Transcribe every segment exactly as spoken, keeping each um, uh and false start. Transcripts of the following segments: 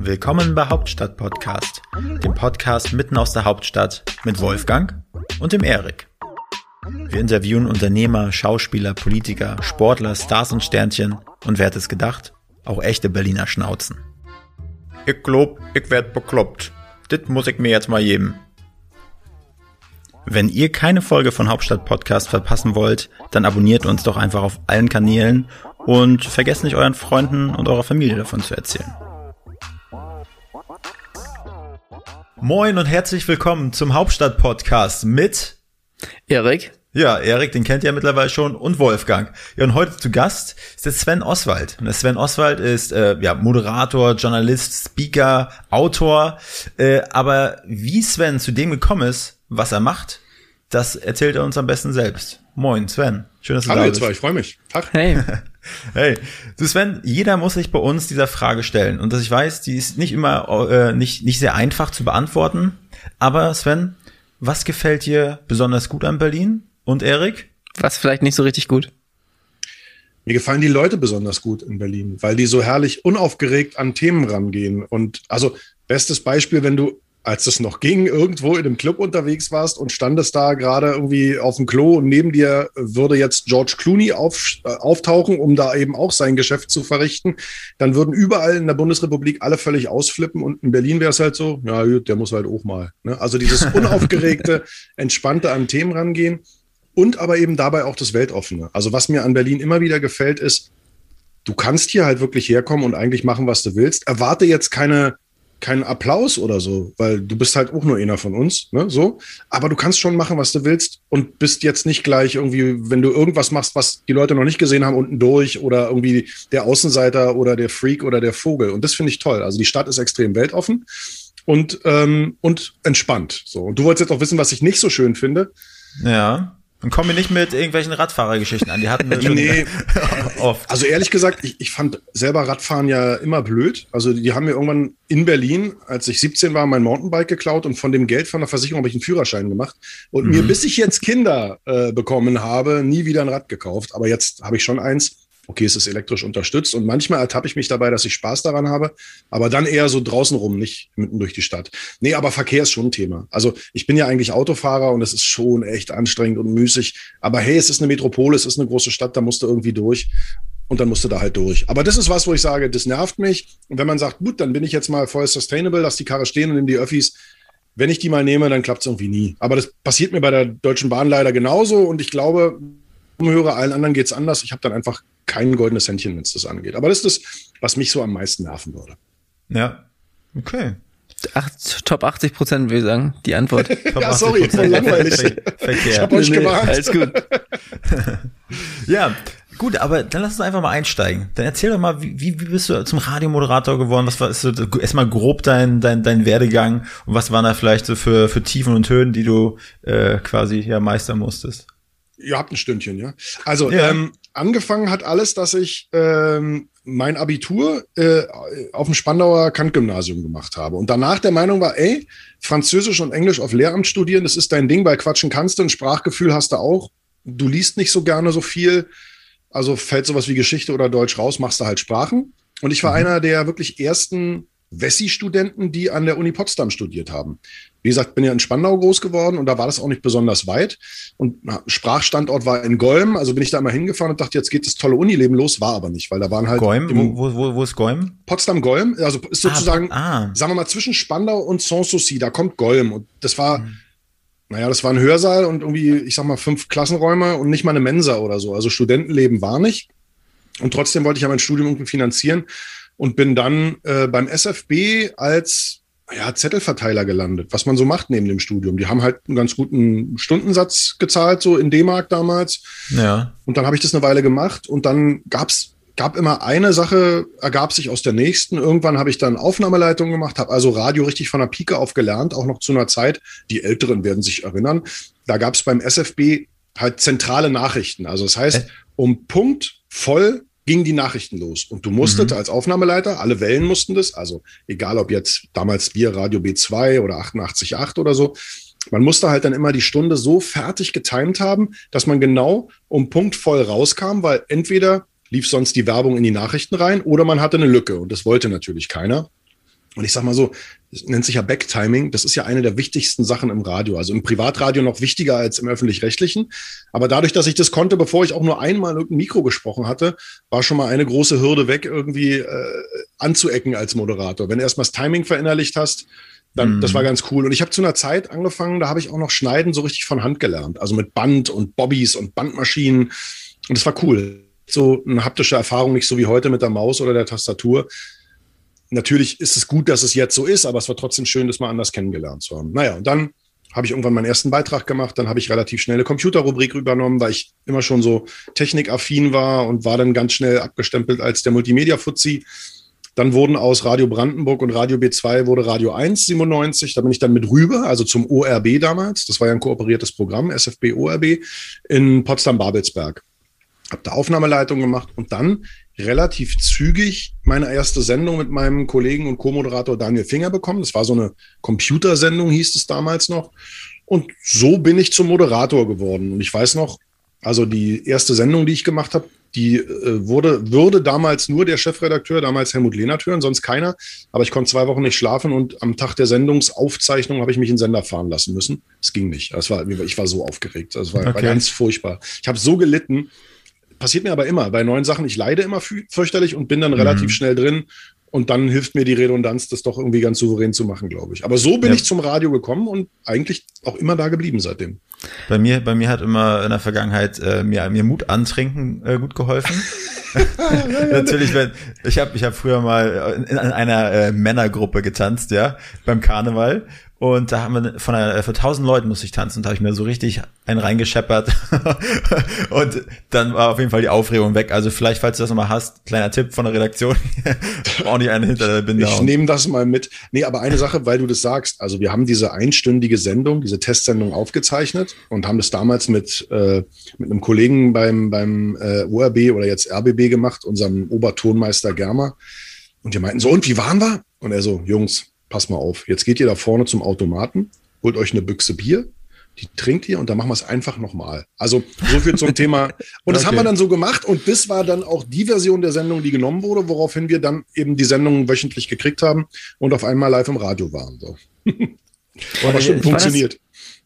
Willkommen bei Hauptstadt Podcast, dem Podcast mitten aus der Hauptstadt mit Wolfgang und dem Erik. Wir interviewen Unternehmer, Schauspieler, Politiker, Sportler, Stars und Sternchen und wer hätte es gedacht, auch echte Berliner Schnauzen. Ich glaub, ich werd bekloppt. Das muss ich mir jetzt mal geben. Wenn ihr keine Folge von Hauptstadt Podcast verpassen wollt, dann abonniert uns doch einfach auf allen Kanälen und vergesst nicht euren Freunden und eurer Familie davon zu erzählen. Moin und herzlich willkommen zum Hauptstadt Podcast mit Erik. Ja, Erik, den kennt ihr ja mittlerweile schon, und Wolfgang. Ja, und heute zu Gast ist der Sven Oswald. Und der Sven Oswald ist äh, ja Moderator, Journalist, Speaker, Autor. Äh, aber wie Sven zu dem gekommen ist, was er macht, das erzählt er uns am besten selbst. Moin, Sven. Schön, dass du Hallo, da ihr bist. zwei, ich freue mich. Tag. Hey. Hey, du Sven, jeder muss sich bei uns dieser Frage stellen. Und dass ich weiß, die ist nicht immer äh, nicht nicht sehr einfach zu beantworten. Aber Sven, was gefällt dir besonders gut an Berlin? Und Erik? Was vielleicht nicht so richtig gut? Mir gefallen die Leute besonders gut in Berlin, weil die so herrlich unaufgeregt an Themen rangehen. Und also bestes Beispiel, wenn du, als es noch ging, irgendwo in einem Club unterwegs warst und standest da gerade irgendwie auf dem Klo und neben dir würde jetzt George Clooney auf, äh, auftauchen, um da eben auch sein Geschäft zu verrichten, dann würden überall in der Bundesrepublik alle völlig ausflippen und in Berlin wäre es halt so, ja gut, der muss halt auch mal. Ne? Also dieses unaufgeregte, entspannte an Themen rangehen. Und aber eben dabei auch das Weltoffene. Also was mir an Berlin immer wieder gefällt, ist, du kannst hier halt wirklich herkommen und eigentlich machen, was du willst. Erwarte jetzt keine, keinen Applaus oder so, weil du bist halt auch nur einer von uns, ne, so. Aber du kannst schon machen, was du willst und bist jetzt nicht gleich irgendwie, wenn du irgendwas machst, was die Leute noch nicht gesehen haben, unten durch oder irgendwie der Außenseiter oder der Freak oder der Vogel. Und das finde ich toll. Also die Stadt ist extrem weltoffen und, ähm, und entspannt. So. Und du wolltest jetzt auch wissen, was ich nicht so schön finde. Ja. Und komm mir nicht mit irgendwelchen Radfahrergeschichten an, die hatten wir schon nee, oft. Also ehrlich gesagt, ich, ich fand selber Radfahren ja immer blöd. Also die haben mir irgendwann in Berlin, als ich siebzehn war, mein Mountainbike geklaut und von dem Geld von der Versicherung habe ich einen Führerschein gemacht. Und mhm. mir, bis ich jetzt Kinder äh, bekommen habe, nie wieder ein Rad gekauft. Aber jetzt habe ich schon eins. Okay, es ist elektrisch unterstützt und manchmal ertappe ich mich dabei, dass ich Spaß daran habe, aber dann eher so draußen rum, nicht mitten durch die Stadt. Nee, aber Verkehr ist schon ein Thema. Also ich bin ja eigentlich Autofahrer und es ist schon echt anstrengend und müßig, aber hey, es ist eine Metropole, es ist eine große Stadt, da musst du irgendwie durch und dann musst du da halt durch. Aber das ist was, wo ich sage, das nervt mich und wenn man sagt, gut, dann bin ich jetzt mal voll sustainable, lass die Karre stehen und nimm die Öffis, wenn ich die mal nehme, dann klappt es irgendwie nie. Aber das passiert mir bei der Deutschen Bahn leider genauso und ich glaube, Umhörer, allen anderen geht's anders. Ich habe dann einfach kein goldenes Händchen, wenn es das angeht. Aber das ist das, was mich so am meisten nerven würde. Ja, okay. Ach, Top achtzig Prozent, würde ich sagen, die Antwort. Ja, sorry, voll langweilig. Verkehr. Ich habe euch Nee, gewarnt. alles gut. Ja, gut, aber dann lass uns einfach mal einsteigen. Dann erzähl doch mal, wie, wie bist du zum Radiomoderator geworden? Was war ist so, erstmal grob dein, dein, dein Werdegang und was waren da vielleicht so für, für Tiefen und Höhen, die du äh, quasi ja meistern musstest? Ihr habt ein Stündchen, ja. Also ja. Ähm, angefangen hat alles, dass ich ähm, mein Abitur äh, auf dem Spandauer Kant-Gymnasium gemacht habe. Und danach der Meinung war, ey, Französisch und Englisch auf Lehramt studieren, das ist dein Ding, weil quatschen kannst du, ein Sprachgefühl hast du auch. Du liest nicht so gerne so viel, also fällt sowas wie Geschichte oder Deutsch raus, machst du halt Sprachen. Und ich war mhm. einer der wirklich ersten Wessi-Studenten, die an der Uni Potsdam studiert haben. Wie gesagt, bin ja in Spandau groß geworden und da war das auch nicht besonders weit. Und na, Sprachstandort war in Golm, also bin ich da mal hingefahren und dachte, jetzt geht das tolle Unileben los, war aber nicht, weil da waren halt... Golm? Wo, wo, wo ist Golm? Potsdam-Golm, also ist sozusagen, ah, ah. sagen wir mal, zwischen Spandau und Sanssouci, da kommt Golm. Und das war, mhm. naja, das war ein Hörsaal und irgendwie, ich sag mal, fünf Klassenräume und nicht mal eine Mensa oder so. Also Studentenleben war nicht. Und trotzdem wollte ich ja mein Studium irgendwie finanzieren. Und bin dann äh, beim S F B als ja, Zettelverteiler gelandet, was man so macht neben dem Studium. Die haben halt einen ganz guten Stundensatz gezahlt, so in D-Mark damals. Ja. Und dann habe ich das eine Weile gemacht und dann gab's gab immer eine Sache, ergab sich aus der nächsten. Irgendwann habe ich dann Aufnahmeleitung gemacht, habe also Radio richtig von der Pike auf gelernt, auch noch zu einer Zeit, die Älteren werden sich erinnern, da gab's beim S F B halt zentrale Nachrichten. Also das heißt, um Punkt voll gingen die Nachrichten los. Und du musstest mhm. als Aufnahmeleiter, alle Wellen mussten das, also egal ob jetzt damals wir Radio B zwei oder achtundachtzig Komma acht oder so, man musste halt dann immer die Stunde so fertig getimt haben, dass man genau um Punkt voll rauskam, weil entweder lief sonst die Werbung in die Nachrichten rein oder man hatte eine Lücke und das wollte natürlich keiner. Und ich sag mal so, das nennt sich ja Backtiming. Das ist ja eine der wichtigsten Sachen im Radio. Also im Privatradio noch wichtiger als im Öffentlich-Rechtlichen. Aber dadurch, dass ich das konnte, bevor ich auch nur einmal irgendein Mikro gesprochen hatte, war schon mal eine große Hürde weg, irgendwie äh, anzuecken als Moderator. Wenn du erstmal das Timing verinnerlicht hast, dann, mm. das war ganz cool. Und ich habe zu einer Zeit angefangen, da habe ich auch noch Schneiden so richtig von Hand gelernt. Also mit Band und Bobbys und Bandmaschinen. Und das war cool. So eine haptische Erfahrung, nicht so wie heute mit der Maus oder der Tastatur. Natürlich ist es gut, dass es jetzt so ist, aber es war trotzdem schön, das mal anders kennengelernt zu haben. Naja, und dann habe ich irgendwann meinen ersten Beitrag gemacht. Dann habe ich relativ schnell eine Computerrubrik übernommen, weil ich immer schon so technikaffin war und war dann ganz schnell abgestempelt als der Multimedia-Fuzzi. Dann wurden aus Radio Brandenburg und Radio B zwei wurde Radio eins siebenundneunzig. Da bin ich dann mit rüber, also zum O R B damals. Das war ja ein kooperiertes Programm, S F B O R B, in Potsdam-Babelsberg. Habe da Aufnahmeleitung gemacht und dann relativ zügig meine erste Sendung mit meinem Kollegen und Co-Moderator Daniel Finger bekommen. Das war so eine Computersendung, hieß es damals noch. Und so bin ich zum Moderator geworden. Und ich weiß noch, also die erste Sendung, die ich gemacht habe, die äh, wurde, würde damals nur der Chefredakteur, damals Helmut Lehnert hören, sonst keiner. Aber ich konnte zwei Wochen nicht schlafen und am Tag der Sendungsaufzeichnung habe ich mich in den Sender fahren lassen müssen. Es ging nicht. Das war, ich war so aufgeregt. Das war, okay. war ganz furchtbar. Ich habe so gelitten. Passiert mir aber immer bei neuen Sachen. Ich leide immer fü- fürchterlich und bin dann mhm. relativ schnell drin. Und dann hilft mir die Redundanz, das doch irgendwie ganz souverän zu machen, glaube ich. Aber so bin ja. ich zum Radio gekommen und eigentlich auch immer da geblieben seitdem. Bei mir, bei mir hat immer in der Vergangenheit äh, mir, mir Mut antrinken äh, gut geholfen. Natürlich, wenn ich habe ich hab früher mal in, in einer äh, Männergruppe getanzt, ja, beim Karneval. Und da haben wir von einer, für tausend Leuten musste ich tanzen und da habe ich mir so richtig einen reingescheppert. Und dann war auf jeden Fall die Aufregung weg. Also vielleicht, falls du das nochmal hast, kleiner Tipp von der Redaktion, auch nicht einen hinter der Binde. Ich nehme das mal mit. Nee, aber eine Sache, weil du das sagst. Also wir haben diese einstündige Sendung, diese Testsendung aufgezeichnet und haben das damals mit äh, mit einem Kollegen beim beim äh, O R B oder jetzt R B B gemacht, unserem Obertonmeister Germer. Und wir meinten so, und wie waren wir? Und er so, Jungs, pass mal auf, jetzt geht ihr da vorne zum Automaten, holt euch eine Büchse Bier, die trinkt ihr und dann machen wir es einfach nochmal. Also so viel zum Thema. Und das okay. haben wir dann so gemacht und das war dann auch die Version der Sendung, die genommen wurde, woraufhin wir dann eben die Sendung wöchentlich gekriegt haben und auf einmal live im Radio waren. So. Aber schon funktioniert.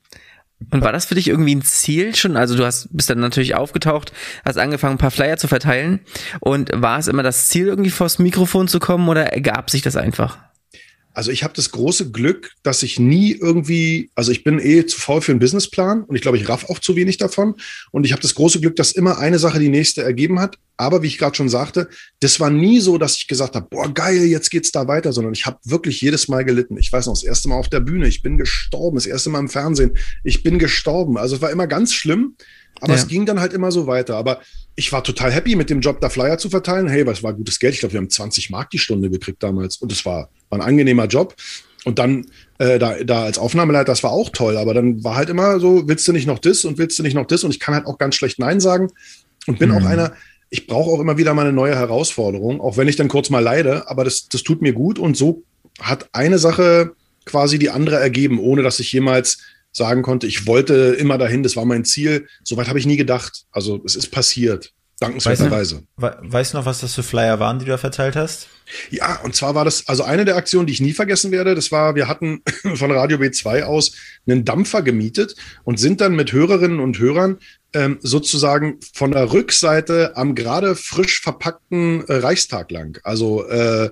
Und war das für dich irgendwie ein Ziel schon? Also du hast bist dann natürlich aufgetaucht, hast angefangen, ein paar Flyer zu verteilen. Und war es immer das Ziel, irgendwie vors Mikrofon zu kommen oder ergab sich das einfach? Also ich habe das große Glück, dass ich nie irgendwie, also ich bin eh zu faul für einen Businessplan und ich glaube, ich raff auch zu wenig davon. Und ich habe das große Glück, dass immer eine Sache die nächste ergeben hat. Aber wie ich gerade schon sagte, das war nie so, dass ich gesagt habe, boah, geil, jetzt geht's da weiter, sondern ich habe wirklich jedes Mal gelitten. Ich weiß noch, das erste Mal auf der Bühne, ich bin gestorben. Das erste Mal im Fernsehen, ich bin gestorben. Also es war immer ganz schlimm, aber ja. es ging dann halt immer so weiter. Aber ich war total happy mit dem Job, da Flyer zu verteilen. Hey, was war gutes Geld? Ich glaube, wir haben zwanzig Mark die Stunde gekriegt damals. Und es war, war ein angenehmer Job. Und dann äh, da, da als Aufnahmeleiter, das war auch toll. Aber dann war halt immer so, willst du nicht noch das und willst du nicht noch das? Und ich kann halt auch ganz schlecht Nein sagen. Und bin mhm. auch einer, ich brauche auch immer wieder mal eine neue Herausforderung, auch wenn ich dann kurz mal leide. Aber das, das tut mir gut. Und so hat eine Sache quasi die andere ergeben, ohne dass ich jemals sagen konnte, ich wollte immer dahin, das war mein Ziel. Soweit habe ich nie gedacht. Also es ist passiert, dankenswerterweise. Weißt du, weißt du noch, was das für Flyer waren, die du da verteilt hast? Ja, und zwar war das, also eine der Aktionen, die ich nie vergessen werde, das war, wir hatten von Radio B zwei aus einen Dampfer gemietet und sind dann mit Hörerinnen und Hörern ähm, sozusagen von der Rückseite am gerade frisch verpackten äh, Reichstag lang. Also äh,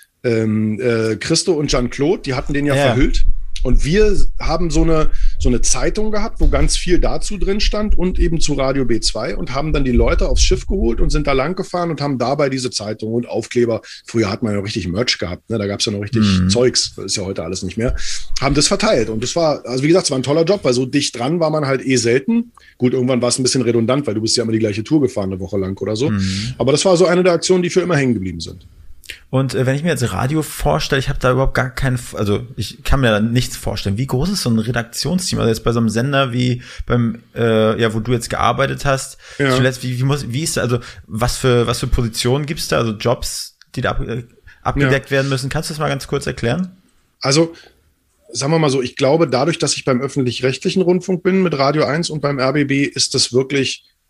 ähm, äh, Christo und Jean-Claude, die hatten den ja, ja verhüllt. Und wir haben so eine, so eine Zeitung gehabt, wo ganz viel dazu drin stand und eben zu Radio B zwei und haben dann die Leute aufs Schiff geholt und sind da lang gefahren und haben dabei diese Zeitung und Aufkleber. Früher hat man ja noch richtig Merch gehabt, ne? Da gab es ja noch richtig mhm. Zeugs, das ist ja heute alles nicht mehr. Haben das verteilt und das war, also wie gesagt, es war ein toller Job, weil so dicht dran war man halt eh selten. Gut, irgendwann war es ein bisschen redundant, weil du bist ja immer die gleiche Tour gefahren, eine Woche lang oder so. Mhm. Aber das war so eine der Aktionen, die für immer hängen geblieben sind. Und äh, wenn ich mir jetzt Radio vorstelle, ich habe da überhaupt gar keinen, also ich kann mir da nichts vorstellen. Wie groß ist so ein Redaktionsteam? Also jetzt bei so einem Sender wie beim, äh, ja, wo du jetzt gearbeitet hast. Ja. Zuletzt, wie, wie muss, wie ist, also was für was für Positionen gibt's da? Also Jobs, die da ab, äh, abgedeckt ja. werden müssen. Kannst du das mal ganz kurz erklären? Also sagen wir mal so, ich glaube, dadurch, dass ich beim öffentlich-rechtlichen Rundfunk bin mit Radio eins und beim R B B, ist das wirklich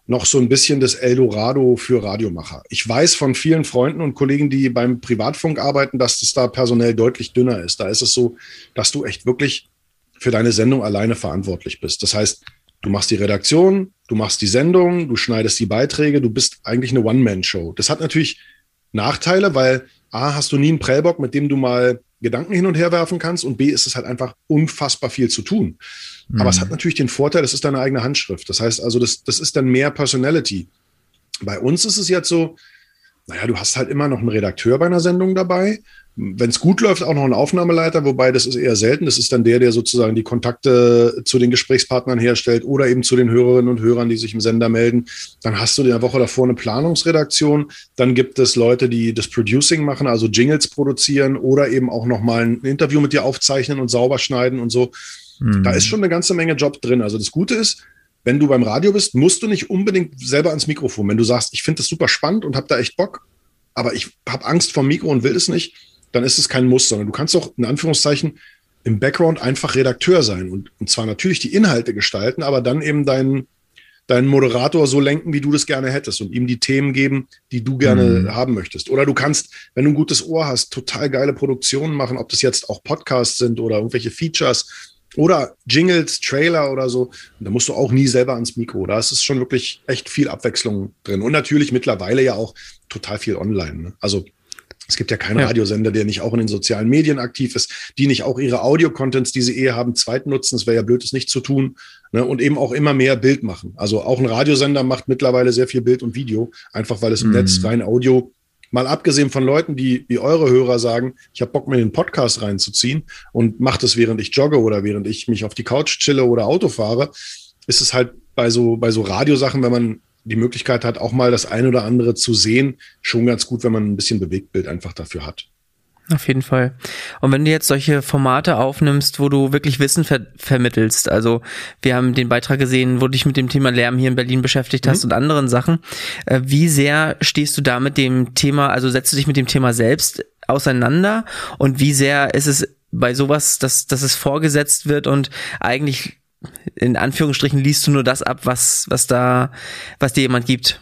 noch so ein bisschen das Eldorado für Radiomacher. Ich weiß von vielen Freunden und Kollegen, die beim Privatfunk arbeiten, dass das da personell deutlich dünner ist. Da ist es so, dass du echt wirklich für deine Sendung alleine verantwortlich bist. Das heißt, du machst die Redaktion, du machst die Sendung, du schneidest die Beiträge, du bist eigentlich eine One-Man-Show. Das hat natürlich Nachteile, weil A, hast du nie einen Prellbock, mit dem du mal Gedanken hin und her werfen kannst, und B, ist es halt einfach unfassbar viel zu tun. Mhm. Aber es hat natürlich den Vorteil, das ist deine eigene Handschrift. Das heißt also, das, das ist dann mehr Personality. Bei uns ist es jetzt so, naja, du hast halt immer noch einen Redakteur bei einer Sendung dabei. Wenn es gut läuft, auch noch einen Aufnahmeleiter, wobei das ist eher selten. Das ist dann der, der sozusagen die Kontakte zu den Gesprächspartnern herstellt oder eben zu den Hörerinnen und Hörern, die sich im Sender melden. Dann hast du in der Woche davor eine Planungsredaktion. Dann gibt es Leute, die das Producing machen, also Jingles produzieren oder eben auch nochmal ein Interview mit dir aufzeichnen und sauber schneiden und so. Mhm. Da ist schon eine ganze Menge Job drin. Also das Gute ist, wenn du beim Radio bist, musst du nicht unbedingt selber ans Mikrofon. Wenn du sagst, ich finde das super spannend und habe da echt Bock, aber ich habe Angst vor dem Mikro und will es nicht, dann ist es kein Muss, sondern du kannst auch in Anführungszeichen im Background einfach Redakteur sein und, und zwar natürlich die Inhalte gestalten, aber dann eben deinen, deinen Moderator so lenken, wie du das gerne hättest und ihm die Themen geben, die du gerne mhm. haben möchtest. Oder du kannst, wenn du ein gutes Ohr hast, total geile Produktionen machen, ob das jetzt auch Podcasts sind oder irgendwelche Features oder Jingles, Trailer oder so. Und da musst du auch nie selber ans Mikro. Da ist es schon wirklich echt viel Abwechslung drin. Und natürlich mittlerweile ja auch total viel online. Ne? Also es gibt ja keinen ja. Radiosender, der nicht auch in den sozialen Medien aktiv ist, die nicht auch ihre Audio-Contents, die sie eh haben, zweit nutzen. Es wäre ja blöd, das nicht zu tun. Ne? Und eben auch immer mehr Bild machen. Also auch ein Radiosender macht mittlerweile sehr viel Bild und Video, einfach weil es im mm. Netz rein Audio, mal abgesehen von Leuten, die wie eure Hörer sagen, ich habe Bock, mir den Podcast reinzuziehen und mache das, während ich jogge oder während ich mich auf die Couch chille oder Auto fahre, ist es halt bei so, bei so Radiosachen, wenn man die Möglichkeit hat, auch mal das ein oder andere zu sehen, schon ganz gut, wenn man ein bisschen Bewegtbild einfach dafür hat. Auf jeden Fall. Und wenn du jetzt solche Formate aufnimmst, wo du wirklich Wissen ver- vermittelst, also wir haben den Beitrag gesehen, wo du dich mit dem Thema Lärm hier in Berlin beschäftigt hast mhm. und anderen Sachen, äh, wie sehr stehst du da mit dem Thema, also setzt du dich mit dem Thema selbst auseinander und wie sehr ist es bei sowas, dass, dass es vorgesetzt wird und eigentlich in Anführungsstrichen liest du nur das ab, was, was da, was dir jemand gibt?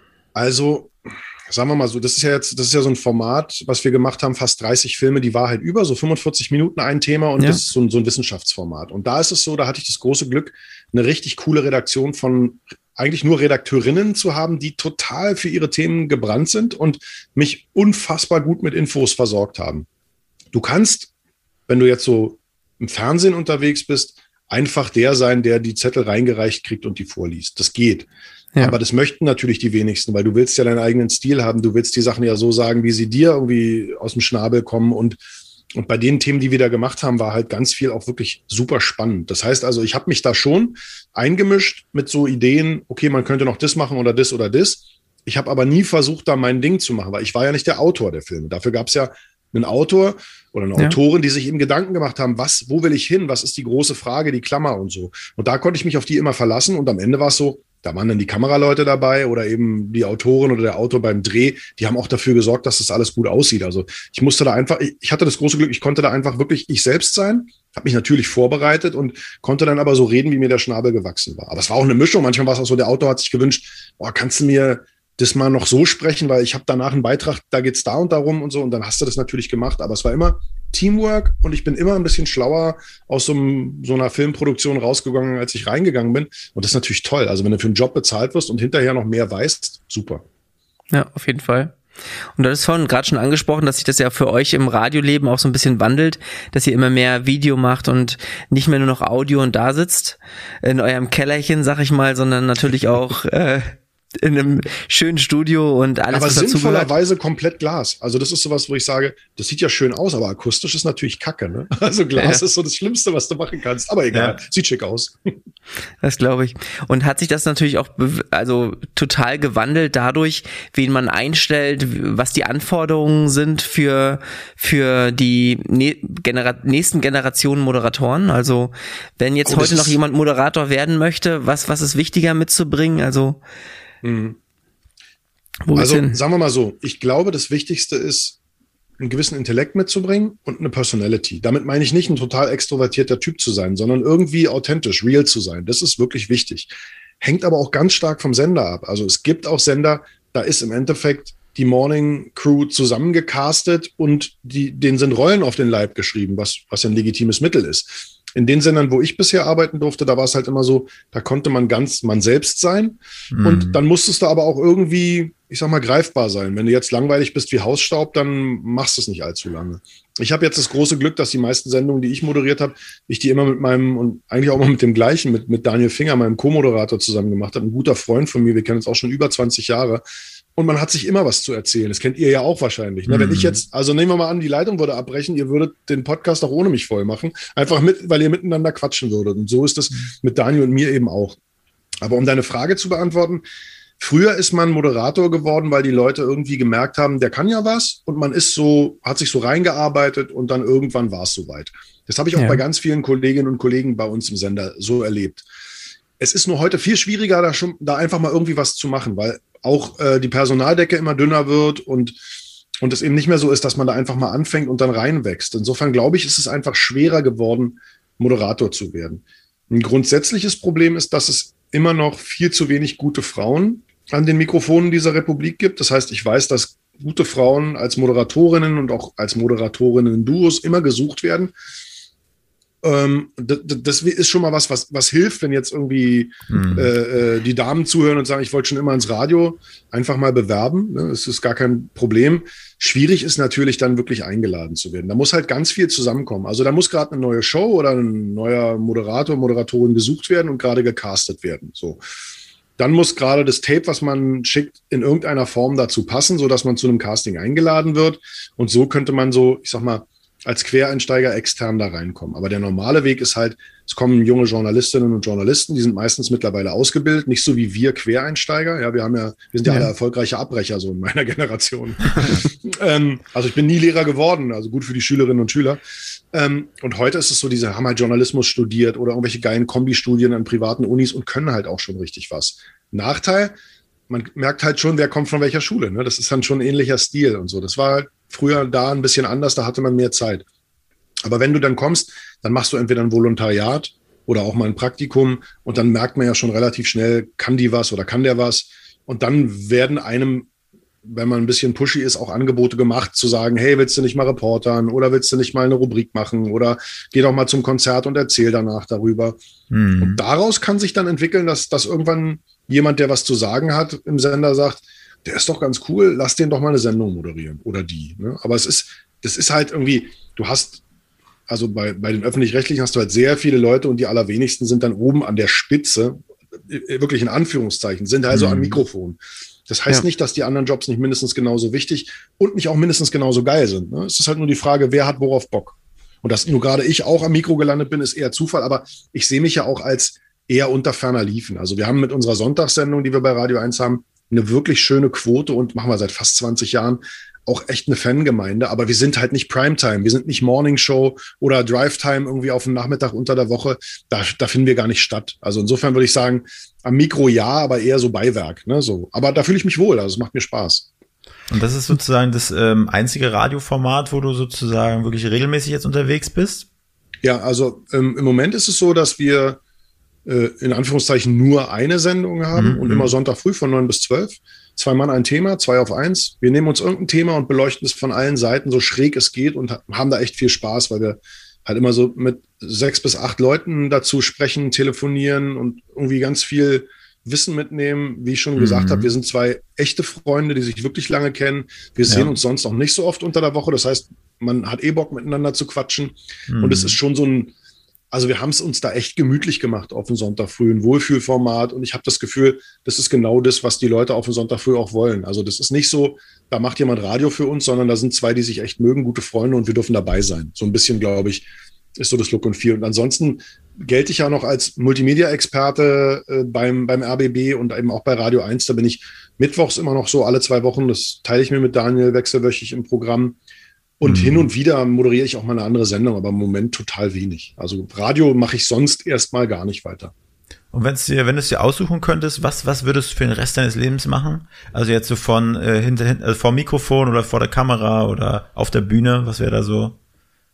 Also, sagen wir mal so, das ist ja jetzt, das ist ja so ein Format, was wir gemacht haben, fast dreißig Filme, die Wahrheit über, so fünfundvierzig Minuten ein Thema und ja. das ist so ein, so ein Wissenschaftsformat. Und da ist es so, da hatte ich das große Glück, eine richtig coole Redaktion von eigentlich nur Redakteurinnen zu haben, die total für ihre Themen gebrannt sind und mich unfassbar gut mit Infos versorgt haben. Du kannst, wenn du jetzt so im Fernsehen unterwegs bist, einfach der sein, der die Zettel reingereicht kriegt und die vorliest. Das geht. Ja. Aber das möchten natürlich die wenigsten, weil du willst ja deinen eigenen Stil haben. Du willst die Sachen ja so sagen, wie sie dir irgendwie aus dem Schnabel kommen. Und, und bei den Themen, die wir da gemacht haben, war halt ganz viel auch wirklich super spannend. Das heißt also, ich habe mich da schon eingemischt mit so Ideen, okay, man könnte noch das machen oder das oder das. Ich habe aber nie versucht, da mein Ding zu machen, weil ich war ja nicht der Autor der Filme. Dafür gab es ja einen Autor oder eine ja. Autorin, die sich eben Gedanken gemacht haben, was, wo will ich hin? Was ist die große Frage, die Klammer und so. Und da konnte ich mich auf die immer verlassen. Und am Ende war es so, da waren dann die Kameraleute dabei oder eben die Autorin oder der Autor beim Dreh. Die haben auch dafür gesorgt, dass das alles gut aussieht. Also ich musste da einfach, ich hatte das große Glück, ich konnte da einfach wirklich ich selbst sein, habe mich natürlich vorbereitet und konnte dann aber so reden, wie mir der Schnabel gewachsen war. Aber es war auch eine Mischung. Manchmal war es auch so, der Autor hat sich gewünscht, oh, kannst du mir das mal noch so sprechen, weil ich habe danach einen Beitrag, da geht's da und darum und so und dann hast du das natürlich gemacht, aber es war immer Teamwork und ich bin immer ein bisschen schlauer aus so, einem, so einer Filmproduktion rausgegangen, als ich reingegangen bin und das ist natürlich toll, also wenn du für einen Job bezahlt wirst und hinterher noch mehr weißt, super. Ja, auf jeden Fall. Und du hast vorhin gerade schon angesprochen, dass sich das ja für euch im Radioleben auch so ein bisschen wandelt, dass ihr immer mehr Video macht und nicht mehr nur noch Audio und da sitzt in eurem Kellerchen, sag ich mal, sondern natürlich auch äh, in einem schönen Studio und alles, aber was dazu gehört. Aber sinnvollerweise komplett Glas. Also das ist sowas, wo ich sage, das sieht ja schön aus, aber akustisch ist natürlich Kacke, ne? Also Glas ja. ist so das Schlimmste, was du machen kannst. Aber egal, ja. sieht schick aus. Das glaube ich. Und hat sich das natürlich auch also total gewandelt dadurch, wen man einstellt, was die Anforderungen sind für für die ne- Genera- nächsten Generationen Moderatoren? Also wenn jetzt oh, heute noch jemand Moderator werden möchte, was was ist wichtiger mitzubringen? Also Mhm. Also sagen wir mal so, ich glaube, das Wichtigste ist, einen gewissen Intellekt mitzubringen und eine Personality. Damit meine ich nicht, ein total extrovertierter Typ zu sein, sondern irgendwie authentisch, real zu sein. Das ist wirklich wichtig. hängt aber auch ganz stark vom Sender ab. Also es gibt auch Sender, da ist im Endeffekt die Morning Crew zusammengecastet und die, denen sind Rollen auf den Leib geschrieben, was, was ein legitimes Mittel ist. In den Sendern, wo ich bisher arbeiten durfte, da war es halt immer so, da konnte man ganz man selbst sein. Mhm. Und dann musstest du aber auch irgendwie, ich sag mal, greifbar sein. Wenn du jetzt langweilig bist wie Hausstaub, dann machst du es nicht allzu lange. Ich habe jetzt das große Glück, dass die meisten Sendungen, die ich moderiert habe, ich die immer mit meinem und eigentlich auch mal mit dem gleichen, mit, mit Daniel Finger, meinem Co-Moderator, zusammen gemacht habe. Ein guter Freund von mir, wir kennen uns auch schon über zwanzig Jahre. Und man hat sich immer was zu erzählen. Das kennt ihr ja auch wahrscheinlich. Ne? Mhm. Wenn ich jetzt, also nehmen wir mal an, die Leitung würde abbrechen, ihr würdet den Podcast auch ohne mich voll machen. Einfach mit, weil ihr miteinander quatschen würdet. Und so ist das mit Daniel und mir eben auch. Aber um deine Frage zu beantworten, früher ist man Moderator geworden, weil die Leute irgendwie gemerkt haben, der kann ja was. Und man ist so, hat sich so reingearbeitet und dann irgendwann war es soweit. Das habe ich auch ja. bei ganz vielen Kolleginnen und Kollegen bei uns im Sender so erlebt. Es ist nur heute viel schwieriger, da schon, da einfach mal irgendwie was zu machen, weil auch äh, die Personaldecke immer dünner wird und, und es eben nicht mehr so ist, dass man da einfach mal anfängt und dann reinwächst. Insofern glaube ich, ist es einfach schwerer geworden, Moderator zu werden. Ein grundsätzliches Problem ist, dass es immer noch viel zu wenig gute Frauen an den Mikrofonen dieser Republik gibt. Das heißt, ich weiß, dass gute Frauen als Moderatorinnen und auch als Moderatorinnen in Duos immer gesucht werden. Ähm, das, das ist schon mal was, was, was hilft, wenn jetzt irgendwie hm. äh, die Damen zuhören und sagen, ich wollte schon immer ins Radio, einfach mal bewerben. Ne? Das ist gar kein Problem. Schwierig ist natürlich dann wirklich eingeladen zu werden. Da muss halt ganz viel zusammenkommen. Also da muss gerade eine neue Show oder ein neuer Moderator, Moderatorin gesucht werden und gerade gecastet werden. So. Dann muss gerade das Tape, was man schickt, in irgendeiner Form dazu passen, sodass man zu einem Casting eingeladen wird. Und so könnte man so, ich sag mal, als Quereinsteiger extern da reinkommen. Aber der normale Weg ist halt, es kommen junge Journalistinnen und Journalisten, die sind meistens mittlerweile ausgebildet, nicht so wie wir Quereinsteiger. Ja, wir haben ja, wir sind ja, ja. alle erfolgreiche Abbrecher, so in meiner Generation. ähm, also ich bin nie Lehrer geworden, also gut für die Schülerinnen und Schüler. Ähm, und heute ist es so, diese haben halt Journalismus studiert oder irgendwelche geilen Kombistudien an privaten Unis und können halt auch schon richtig was. Nachteil, man merkt halt schon, wer kommt von welcher Schule. Ne? Das ist dann schon ein ähnlicher Stil und so. Das war halt früher da ein bisschen anders, da hatte man mehr Zeit. Aber wenn du dann kommst, dann machst du entweder ein Volontariat oder auch mal ein Praktikum und dann merkt man ja schon relativ schnell, kann die was oder kann der was. Und dann werden einem, wenn man ein bisschen pushy ist, auch Angebote gemacht, zu sagen, hey, willst du nicht mal reportern oder willst du nicht mal eine Rubrik machen oder geh doch mal zum Konzert und erzähl danach darüber. Mhm. Und daraus kann sich dann entwickeln, dass, dass irgendwann jemand, der was zu sagen hat, im Sender sagt, der ist doch ganz cool, lass den doch mal eine Sendung moderieren oder die. Ne? Aber es ist, das ist halt irgendwie, du hast, also bei, bei den Öffentlich-Rechtlichen hast du halt sehr viele Leute und die allerwenigsten sind dann oben an der Spitze, wirklich in Anführungszeichen, sind also mhm. am Mikrofon. Das heißt ja. nicht, dass die anderen Jobs nicht mindestens genauso wichtig und nicht auch mindestens genauso geil sind. Ne? Es ist halt nur die Frage, wer hat worauf Bock. Und dass nur gerade ich auch am Mikro gelandet bin, ist eher Zufall, aber ich sehe mich ja auch als eher unter ferner Liefen. Also wir haben mit unserer Sonntagssendung, die wir bei Radio eins haben, eine wirklich schöne Quote und machen wir seit fast zwanzig Jahren auch echt eine Fangemeinde. Aber wir sind halt nicht Primetime, wir sind nicht Morning Show oder Drive-Time irgendwie auf dem Nachmittag unter der Woche. Da, da finden wir gar nicht statt. Also insofern würde ich sagen, am Mikro ja, aber eher so Beiwerk. Ne? So. Aber da fühle ich mich wohl, also es macht mir Spaß. Und das ist sozusagen das ähm, einzige Radioformat, wo du sozusagen wirklich regelmäßig jetzt unterwegs bist? Ja, also ähm, im Moment ist es so, dass wir in Anführungszeichen nur eine Sendung haben mhm. und immer Sonntag früh von neun bis zwölf. Zwei Mann, ein Thema, zwei auf eins. Wir nehmen uns irgendein Thema und beleuchten es von allen Seiten, so schräg es geht und haben da echt viel Spaß, weil wir halt immer so mit sechs bis acht Leuten dazu sprechen, telefonieren und irgendwie ganz viel Wissen mitnehmen. Wie ich schon mhm. gesagt habe, wir sind zwei echte Freunde, die sich wirklich lange kennen. Wir sehen ja. uns sonst auch nicht so oft unter der Woche. Das heißt, man hat eh Bock, miteinander zu quatschen. Mhm. Und es ist schon so ein Also wir haben es uns da echt gemütlich gemacht auf dem Sonntag früh, ein Wohlfühlformat. Und ich habe das Gefühl, das ist genau das, was die Leute auf dem Sonntag früh auch wollen. Also das ist nicht so, da macht jemand Radio für uns, sondern da sind zwei, die sich echt mögen, gute Freunde und wir dürfen dabei sein. So ein bisschen, glaube ich, ist so das Look und Feel. Und ansonsten gelte ich ja noch als Multimedia-Experte äh, beim, beim R B B und eben auch bei Radio eins. Da bin ich mittwochs immer noch so alle zwei Wochen. Das teile ich mir mit Daniel wechselwöchig im Programm. Und mhm. hin und wieder moderiere ich auch mal eine andere Sendung, aber im Moment total wenig. Also Radio mache ich sonst erstmal gar nicht weiter. Und wenn's dir, wenn du es dir aussuchen könntest, was, was würdest du für den Rest deines Lebens machen? Also jetzt so von äh, hinter, hinter also vor dem Mikrofon oder vor der Kamera oder auf der Bühne, was wäre da so?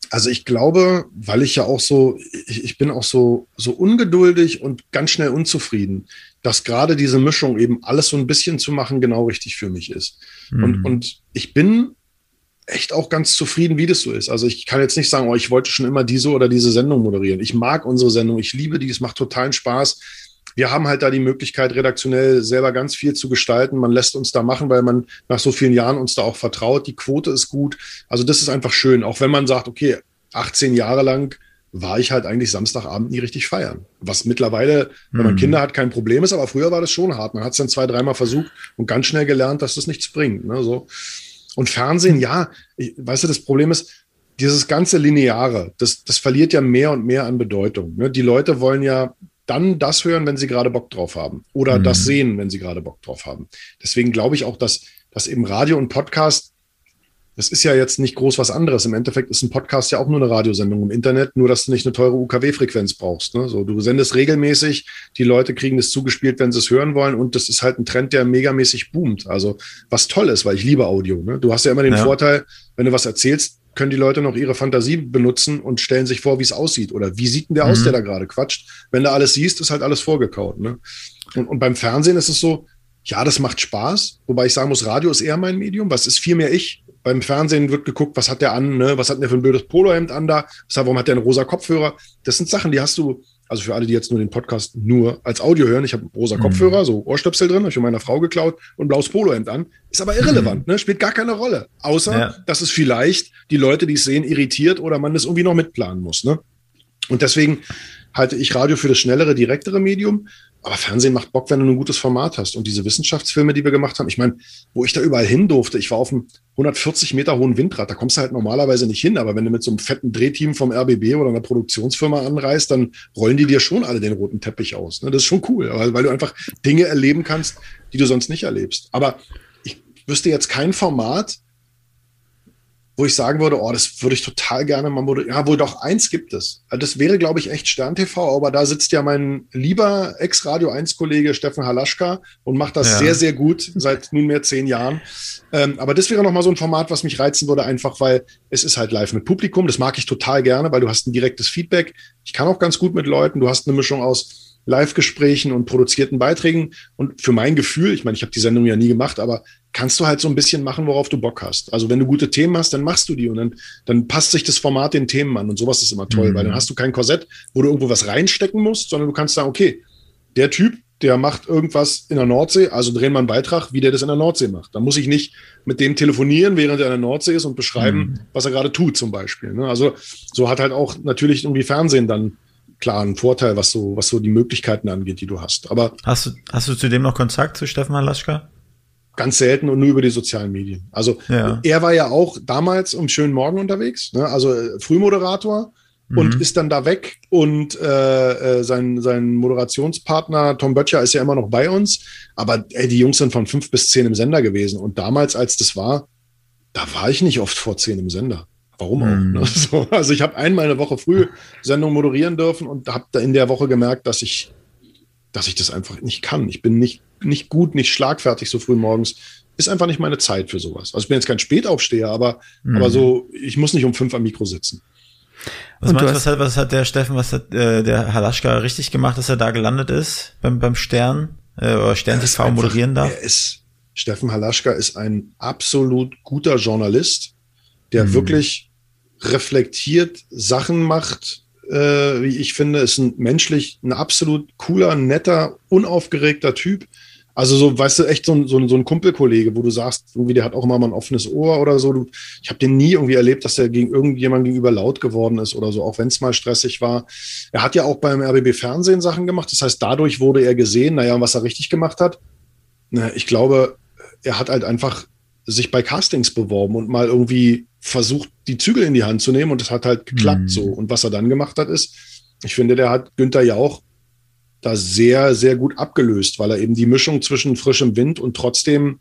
Also ich glaube, weil ich ja auch so, ich, ich bin auch so, so ungeduldig und ganz schnell unzufrieden, dass gerade diese Mischung eben alles so ein bisschen zu machen genau richtig für mich ist. Mhm. Und, und ich bin echt auch ganz zufrieden, wie das so ist. Also ich kann jetzt nicht sagen, oh, ich wollte schon immer diese oder diese Sendung moderieren. Ich mag unsere Sendung, ich liebe die, es macht totalen Spaß. Wir haben halt da die Möglichkeit, redaktionell selber ganz viel zu gestalten. Man lässt uns da machen, weil man nach so vielen Jahren uns da auch vertraut. Die Quote ist gut. Also das ist einfach schön. Auch wenn man sagt, okay, achtzehn Jahre lang war ich halt eigentlich Samstagabend nie richtig feiern. Was mittlerweile, wenn man Kinder hat, kein Problem ist. Aber früher war das schon hart. Man hat es dann zwei, dreimal versucht und ganz schnell gelernt, dass das nichts bringt. Ne, so. Und Fernsehen, ja, ich, weißt du, das Problem ist, dieses ganze Lineare, das, das verliert ja mehr und mehr an Bedeutung. Ne? Die Leute wollen ja dann das hören, wenn sie gerade Bock drauf haben. Oder mhm. das sehen, wenn sie gerade Bock drauf haben. Deswegen glaube ich auch, dass, dass eben Radio und Podcast, das ist ja jetzt nicht groß was anderes. Im Endeffekt ist ein Podcast ja auch nur eine Radiosendung im Internet, nur dass du nicht eine teure U K W-Frequenz brauchst. Ne? So, du sendest regelmäßig, die Leute kriegen das zugespielt, wenn sie es hören wollen. Und das ist halt ein Trend, der megamäßig boomt. Also was toll ist, weil ich liebe Audio. Ne? Du hast ja immer den ja. Vorteil, wenn du was erzählst, können die Leute noch ihre Fantasie benutzen und stellen sich vor, wie es aussieht. Oder wie sieht denn der mhm. aus, der da gerade quatscht? Wenn du alles siehst, ist halt alles vorgekaut. Ne? Und, und beim Fernsehen ist es so, ja, das macht Spaß. Wobei ich sagen muss, Radio ist eher mein Medium. Was ist viel mehr ich? Beim Fernsehen wird geguckt, was hat der an? Ne? Was hat der für ein blödes Polohemd an da? Warum hat der einen rosa Kopfhörer? Das sind Sachen, die hast du, also für alle, die jetzt nur den Podcast nur als Audio hören, ich habe rosa mhm. Kopfhörer, so Ohrstöpsel drin, habe ich von meiner Frau geklaut und blaues Polohemd an. Ist aber irrelevant, mhm. ne? Spielt gar keine Rolle. Außer, ja. dass es vielleicht die Leute, die es sehen, irritiert oder man das irgendwie noch mitplanen muss. Ne? Und deswegen halte ich Radio für das schnellere, direktere Medium. Aber Fernsehen macht Bock, wenn du ein gutes Format hast. Und diese Wissenschaftsfilme, die wir gemacht haben, ich meine, wo ich da überall hin durfte, ich war auf einem hundertvierzig Meter hohen Windrad, da kommst du halt normalerweise nicht hin. Aber wenn du mit so einem fetten Drehteam vom R B B oder einer Produktionsfirma anreist, dann rollen die dir schon alle den roten Teppich aus. Das ist schon cool, weil, weil du einfach Dinge erleben kannst, die du sonst nicht erlebst. Aber ich wüsste jetzt kein Format, wo ich sagen würde, oh, das würde ich total gerne mal moderieren. Ja, wohl doch, eins gibt es. Das wäre, glaube ich, echt Stern T V, aber da sitzt ja mein lieber Ex-Radio eins Kollege Steffen Halaschka und macht das ja. sehr, sehr gut seit nunmehr zehn Jahren. Ähm, aber das wäre nochmal so ein Format, was mich reizen würde, einfach weil es ist halt live mit Publikum. Das mag ich total gerne, weil du hast ein direktes Feedback. Ich kann auch ganz gut mit Leuten. Du hast eine Mischung aus Live-Gesprächen und produzierten Beiträgen. Und für mein Gefühl, ich meine, ich habe die Sendung ja nie gemacht, aber kannst du halt so ein bisschen machen, worauf du Bock hast. Also wenn du gute Themen hast, dann machst du die und dann, dann passt sich das Format den Themen an und sowas ist immer toll, mhm. weil dann hast du kein Korsett, wo du irgendwo was reinstecken musst, sondern du kannst sagen, okay, der Typ, der macht irgendwas in der Nordsee, also drehen wir einen Beitrag, wie der das in der Nordsee macht. Da muss ich nicht mit dem telefonieren, während er in der Nordsee ist und beschreiben, mhm. was er gerade tut zum Beispiel. Ne? Also so hat halt auch natürlich irgendwie Fernsehen dann klar einen Vorteil, was so, was so die Möglichkeiten angeht, die du hast. Aber hast du, hast du zudem noch Kontakt zu Steffen Halaschka? Ganz selten und nur über die sozialen Medien. Also ja. er war ja auch damals um schönen Morgen unterwegs, ne? Also äh, Frühmoderator mhm. und ist dann da weg und äh, äh, sein, sein Moderationspartner Tom Böttcher ist ja immer noch bei uns, aber ey, die Jungs sind von fünf bis zehn im Sender gewesen und damals, als das war, da war ich nicht oft vor zehn im Sender. Warum auch? Mhm. Ne? So, also ich habe einmal eine Woche früh Sendung moderieren dürfen und habe da in der Woche gemerkt, dass ich dass ich das einfach nicht kann. Ich bin nicht, nicht gut, nicht schlagfertig so früh morgens. Ist einfach nicht meine Zeit für sowas. Also ich bin jetzt kein Spätaufsteher, aber, mhm. aber so, ich muss nicht um fünf am Mikro sitzen. Was meinst du, was hat, was hat der Steffen, was hat äh, der Halaschka richtig gemacht, dass er da gelandet ist beim, beim Stern äh, oder Stern T V moderieren darf? Er ist, Steffen Halaschka ist ein absolut guter Journalist, der mhm. wirklich reflektiert Sachen macht, Äh, wie ich finde, ist ein menschlich ein absolut cooler, netter, unaufgeregter Typ. Also so, weißt du, echt so ein, so ein, so ein Kumpelkollege, wo du sagst, irgendwie, der hat auch immer mal ein offenes Ohr oder so. Du, ich habe den nie irgendwie erlebt, dass er gegen irgendjemand gegenüber laut geworden ist oder so, auch wenn es mal stressig war. Er hat ja auch beim R B B Fernsehen Sachen gemacht. Das heißt, dadurch wurde er gesehen, naja, was er richtig gemacht hat. Na, ich glaube, er hat halt einfach sich bei Castings beworben und mal irgendwie versucht, die Zügel in die Hand zu nehmen und das hat halt geklappt mhm. so. Und was er dann gemacht hat, ist, ich finde, der hat Günther Jauch da sehr, sehr gut abgelöst, weil er eben die Mischung zwischen frischem Wind und trotzdem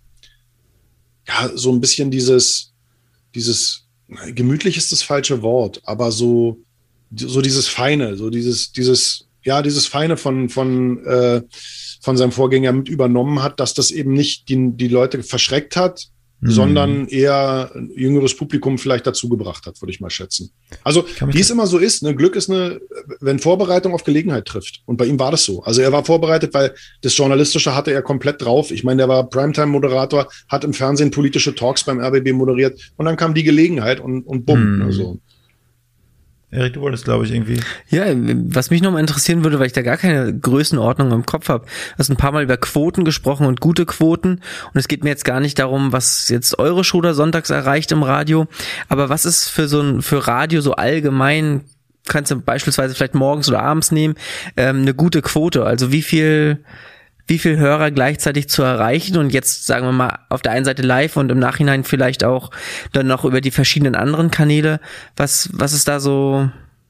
ja so ein bisschen dieses, dieses, gemütlich ist das falsche Wort, aber so, so dieses Feine, so dieses, dieses, ja, dieses Feine von, von, äh, von seinem Vorgänger mit übernommen hat, dass das eben nicht die, die Leute verschreckt hat, mhm. sondern eher ein jüngeres Publikum vielleicht dazu gebracht hat, würde ich mal schätzen. Also, wie es immer so ist, ne, Glück ist eine, wenn Vorbereitung auf Gelegenheit trifft. Und bei ihm war das so. Also er war vorbereitet, weil das Journalistische hatte er komplett drauf. Ich meine, der war Primetime-Moderator, hat im Fernsehen politische Talks beim R B B moderiert und dann kam die Gelegenheit und, und bumm. Mhm. Also. Erik, du wolltest, glaube ich, irgendwie. Ja, was mich nochmal interessieren würde, weil ich da gar keine Größenordnung im Kopf habe. Du hast ein paar Mal über Quoten gesprochen und gute Quoten. Und es geht mir jetzt gar nicht darum, was jetzt eure Show da sonntags erreicht im Radio. Aber was ist für so ein, für Radio so allgemein, kannst du beispielsweise vielleicht morgens oder abends nehmen, ähm, eine gute Quote? Also wie viel, wie viel Hörer gleichzeitig zu erreichen und jetzt sagen wir mal auf der einen Seite live und im Nachhinein vielleicht auch dann noch über die verschiedenen anderen Kanäle. Was, was ist da so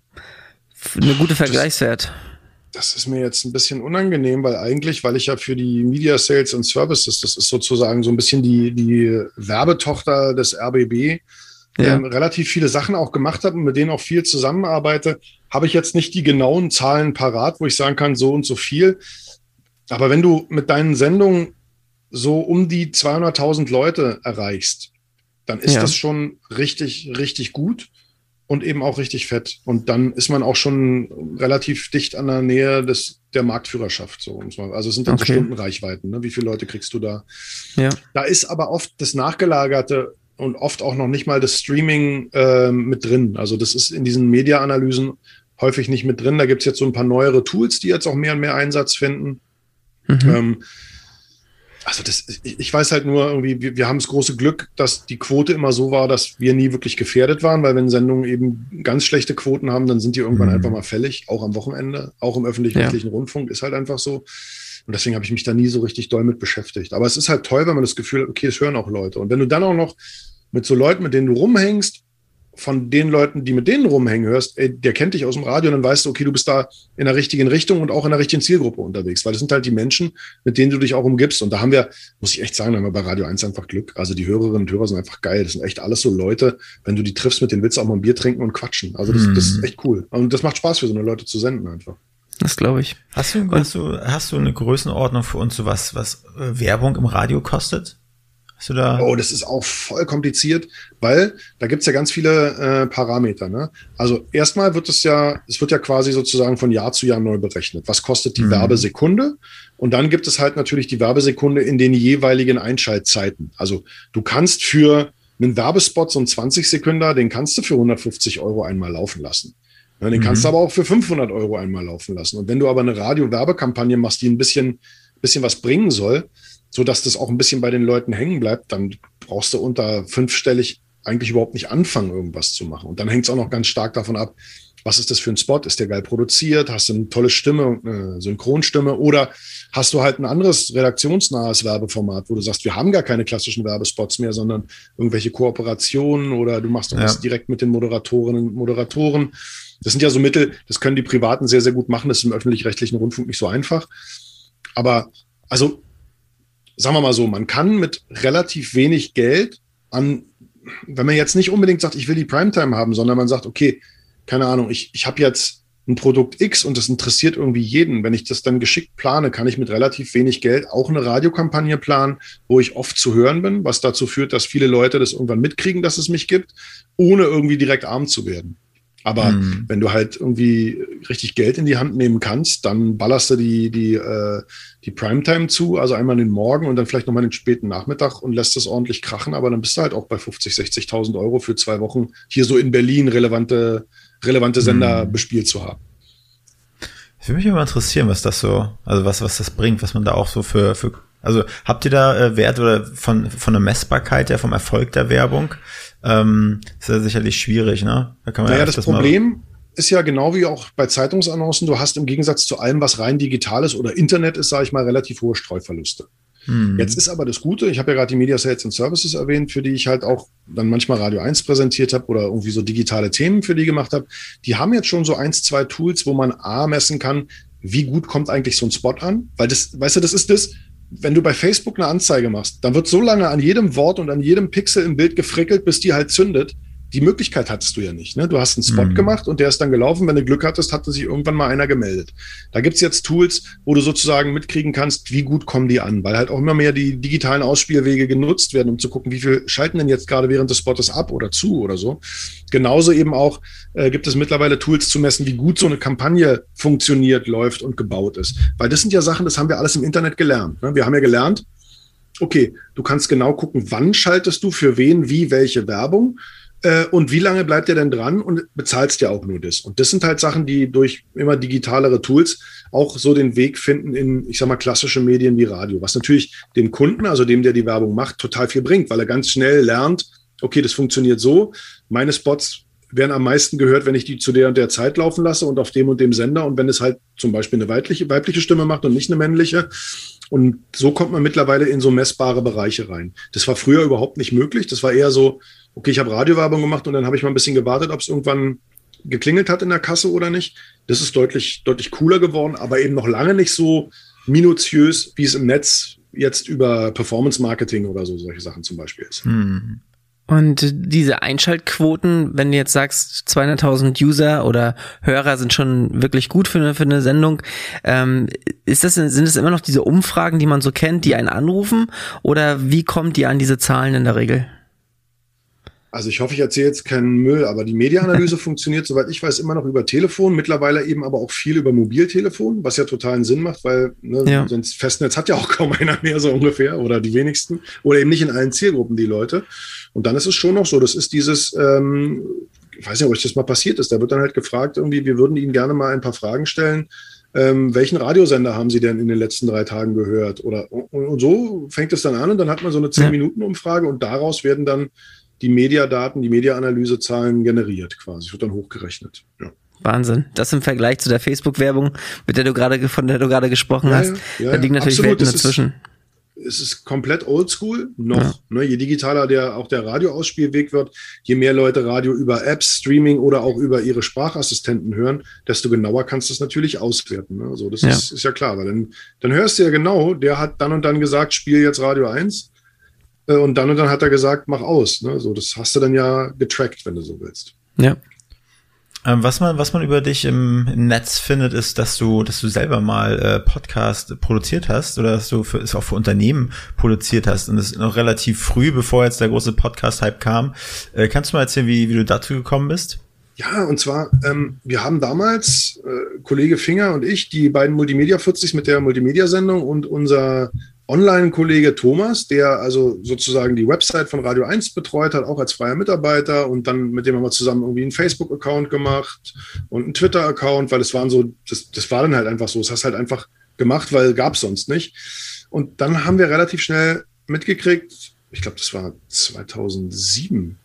eine gute Vergleichswert? Das, das ist mir jetzt ein bisschen unangenehm, weil eigentlich, weil ich ja für die Media Sales und Services, das ist sozusagen so ein bisschen die, die Werbetochter des R B B, ja. ähm, relativ viele Sachen auch gemacht habe und mit denen auch viel zusammenarbeite, habe ich jetzt nicht die genauen Zahlen parat, wo ich sagen kann, so und so viel. Aber wenn du mit deinen Sendungen so um die zweihunderttausend Leute erreichst, dann ist ja. das schon richtig, richtig gut und eben auch richtig fett. Und dann ist man auch schon relativ dicht an der Nähe des, der Marktführerschaft. So. Also es sind dann okay. so Stundenreichweiten. Ne? Wie viele Leute kriegst du da? Ja. Da ist aber oft das Nachgelagerte und oft auch noch nicht mal das Streaming äh, mit drin. Also das ist in diesen Media-Analysen häufig nicht mit drin. Da gibt es jetzt so ein paar neuere Tools, die jetzt auch mehr und mehr Einsatz finden. Mhm. Ähm, also das, ich, ich weiß halt nur irgendwie, wir, wir haben das große Glück, dass die Quote immer so war, dass wir nie wirklich gefährdet waren, weil wenn Sendungen eben ganz schlechte Quoten haben, dann sind die irgendwann mhm. einfach mal fällig, auch am Wochenende, auch im öffentlich-rechtlichen ja. Rundfunk, ist halt einfach so. Und deswegen habe ich mich da nie so richtig doll mit beschäftigt. Aber es ist halt toll, wenn man das Gefühl hat, okay, es hören auch Leute. Und wenn du dann auch noch mit so Leuten, mit denen du rumhängst, von den Leuten, die mit denen rumhängen, hörst, ey, der kennt dich aus dem Radio, und dann weißt du, okay, du bist da in der richtigen Richtung und auch in der richtigen Zielgruppe unterwegs, weil das sind halt die Menschen, mit denen du dich auch umgibst. Und da haben wir, muss ich echt sagen, da haben wir bei Radio eins einfach Glück. Also die Hörerinnen und Hörer sind einfach geil. Das sind echt alles so Leute, wenn du die triffst, mit denen willst du auch mal ein Bier trinken und quatschen. Also das, mhm. das ist echt cool. Und das macht Spaß für so eine Leute zu senden einfach. Das glaube ich. Hast du, hast du, hast du eine Größenordnung für uns, so was, was äh, Werbung im Radio kostet? Hast du da? Oh, das ist auch voll kompliziert, weil da gibt's ja ganz viele äh, Parameter. Ne? Also erstmal wird es ja, es wird ja quasi sozusagen von Jahr zu Jahr neu berechnet. Was kostet die mhm. Werbesekunde? Und dann gibt es halt natürlich die Werbesekunde in den jeweiligen Einschaltzeiten. Also du kannst für einen Werbespot, so einen zwanzig Sekünder, den kannst du für hundertfünfzig Euro einmal laufen lassen. Ja, den mhm. kannst du aber auch für fünfhundert Euro einmal laufen lassen. Und wenn du aber eine Radio-Werbekampagne machst, die ein bisschen, bisschen was bringen soll, so dass das auch ein bisschen bei den Leuten hängen bleibt, dann brauchst du unter fünfstellig eigentlich überhaupt nicht anfangen, irgendwas zu machen. Und dann hängt es auch noch ganz stark davon ab, was ist das für ein Spot? Ist der geil produziert? Hast du eine tolle Stimme und eine Synchronstimme? Oder hast du halt ein anderes redaktionsnahes Werbeformat, wo du sagst, wir haben gar keine klassischen Werbespots mehr, sondern irgendwelche Kooperationen oder du machst irgendwas ja. direkt mit den Moderatorinnen und Moderatoren. Das sind ja so Mittel, das können die Privaten sehr, sehr gut machen. Das ist im öffentlich-rechtlichen Rundfunk nicht so einfach. Aber also sagen wir mal so, man kann mit relativ wenig Geld an, wenn man jetzt nicht unbedingt sagt, ich will die Primetime haben, sondern man sagt, okay, keine Ahnung, ich, ich habe jetzt ein Produkt X und das interessiert irgendwie jeden. Wenn ich das dann geschickt plane, kann ich mit relativ wenig Geld auch eine Radiokampagne planen, wo ich oft zu hören bin, was dazu führt, dass viele Leute das irgendwann mitkriegen, dass es mich gibt, ohne irgendwie direkt arm zu werden. Aber hm. wenn du halt irgendwie richtig Geld in die Hand nehmen kannst, dann ballerst du die, die, äh, die Primetime zu, also einmal den Morgen und dann vielleicht nochmal den späten Nachmittag und lässt das ordentlich krachen, aber dann bist du halt auch bei fünfzig, sechzigtausend Euro für zwei Wochen hier so in Berlin relevante, relevante Sender hm. bespielt zu haben. Ich würde mich immer interessieren, was das so, also was, was das bringt, was man da auch so für, für also habt ihr da äh, Wert oder von, von der Messbarkeit her, vom Erfolg der Werbung? Ähm, ist ja sicherlich schwierig, ne? Da kann man naja, ja das Problem ist ja genau wie auch bei Zeitungsannoncen, du hast im Gegensatz zu allem, was rein digital ist oder Internet ist, sage ich mal, relativ hohe Streuverluste. Hm. Jetzt ist aber das Gute, ich habe ja gerade die Media Sales and Services erwähnt, für die ich halt auch dann manchmal Radio eins präsentiert habe oder irgendwie so digitale Themen für die gemacht habe. Die haben jetzt schon so eins, zwei Tools, wo man A messen kann, wie gut kommt eigentlich so ein Spot an? Weil das, weißt du, das ist das, wenn du bei Facebook eine Anzeige machst, dann wird so lange an jedem Wort und an jedem Pixel im Bild gefrickelt, bis die halt zündet. die Möglichkeit hattest du ja nicht. Ne? Du hast einen Spot Mhm. gemacht und der ist dann gelaufen. Wenn du Glück hattest, hatte sich irgendwann mal einer gemeldet. Da gibt's jetzt Tools, wo du sozusagen mitkriegen kannst, wie gut kommen die an, weil halt auch immer mehr die digitalen Ausspielwege genutzt werden, um zu gucken, wie viel schalten denn jetzt gerade während des Spottes ab oder zu oder so. Genauso eben auch äh, gibt es mittlerweile Tools zu messen, wie gut so eine Kampagne funktioniert, läuft und gebaut ist. Weil das sind ja Sachen, das haben wir alles im Internet gelernt. Ne? Wir haben ja gelernt, okay, du kannst genau gucken, wann schaltest du für wen, wie, welche Werbung äh, und wie lange bleibt der denn dran und bezahlst ja auch nur das. Und das sind halt Sachen, die durch immer digitalere Tools auch so den Weg finden in, ich sag mal, klassische Medien wie Radio, was natürlich dem Kunden, also dem, der die Werbung macht, total viel bringt, weil er ganz schnell lernt, okay, das funktioniert so, meine Spots werden am meisten gehört, wenn ich die zu der und der Zeit laufen lasse und auf dem und dem Sender und wenn es halt zum Beispiel eine weibliche, weibliche Stimme macht und nicht eine männliche. Und so kommt man mittlerweile in so messbare Bereiche rein. Das war früher überhaupt nicht möglich. Das war eher so, okay, ich habe Radiowerbung gemacht und dann habe ich mal ein bisschen gewartet, ob es irgendwann geklingelt hat in der Kasse oder nicht. Das ist deutlich, deutlich cooler geworden, aber eben noch lange nicht so minutiös, wie es im Netz jetzt über Performance-Marketing oder so solche Sachen zum Beispiel ist. Hm. Und diese Einschaltquoten, wenn du jetzt sagst, zweihunderttausend User oder Hörer sind schon wirklich gut für eine, für eine Sendung, ähm, ist das, sind es immer noch diese Umfragen, die man so kennt, die einen anrufen? Oder wie kommt ihr an diese Zahlen in der Regel? Also ich hoffe, ich erzähle jetzt keinen Müll, aber die Mediaanalyse funktioniert, soweit ich weiß, immer noch über Telefon, mittlerweile eben aber auch viel über Mobiltelefon, was ja totalen Sinn macht, weil ne, ja. sonst Festnetz hat ja auch kaum einer mehr so ungefähr oder die wenigsten oder eben nicht in allen Zielgruppen die Leute. Und dann ist es schon noch so, das ist dieses, ähm, ich weiß nicht, ob euch das mal passiert ist, da wird dann halt gefragt irgendwie, wir würden Ihnen gerne mal ein paar Fragen stellen, ähm, welchen Radiosender haben Sie denn in den letzten drei Tagen gehört? Oder und, und so fängt es dann an und dann hat man so eine zehn-Minuten-Umfrage und daraus werden dann die Mediadaten, die Mediaanalysezahlen generiert quasi, wird dann hochgerechnet. Ja. Wahnsinn. Das im Vergleich zu der Facebook-Werbung, mit der du gerade, von der du gerade gesprochen ja, hast, ja, ja, da liegen natürlich absolut. Welten dazwischen. Es ist komplett oldschool noch. Ja. Ne, je digitaler der auch der Radioausspielweg wird, je mehr Leute Radio über Apps, Streaming oder auch über ihre Sprachassistenten hören, desto genauer kannst du es natürlich auswerten. Ne? Also das ja. Ist, ist ja klar, weil dann, dann hörst du ja genau, der hat dann und dann gesagt, spiel jetzt Radio eins. Und dann und dann hat er gesagt, mach aus. Ne? So, das hast du dann ja getrackt, wenn du so willst. Ja. Ähm, was man, was man über dich im, im Netz findet, ist, dass du, dass du selber mal äh, Podcast produziert hast oder dass du für, es auch für Unternehmen produziert hast. Und das ist noch relativ früh, bevor jetzt der große Podcast-Hype kam. Äh, kannst du mal erzählen, wie, wie du dazu gekommen bist? Ja, und zwar, ähm, wir haben damals, äh, Kollege Finger und ich, die beiden Multimedia-vierzig mit der Multimedia-Sendung und unser Online-Kollege Thomas, der also sozusagen die Website von Radio eins betreut hat, auch als freier Mitarbeiter und dann mit dem haben wir zusammen irgendwie einen Facebook-Account gemacht und einen Twitter-Account, weil es waren so, das, das war dann halt einfach so, das hast halt einfach gemacht, weil gab es sonst nicht. Und dann haben wir relativ schnell mitgekriegt, ich glaube, das war zweitausendsieben,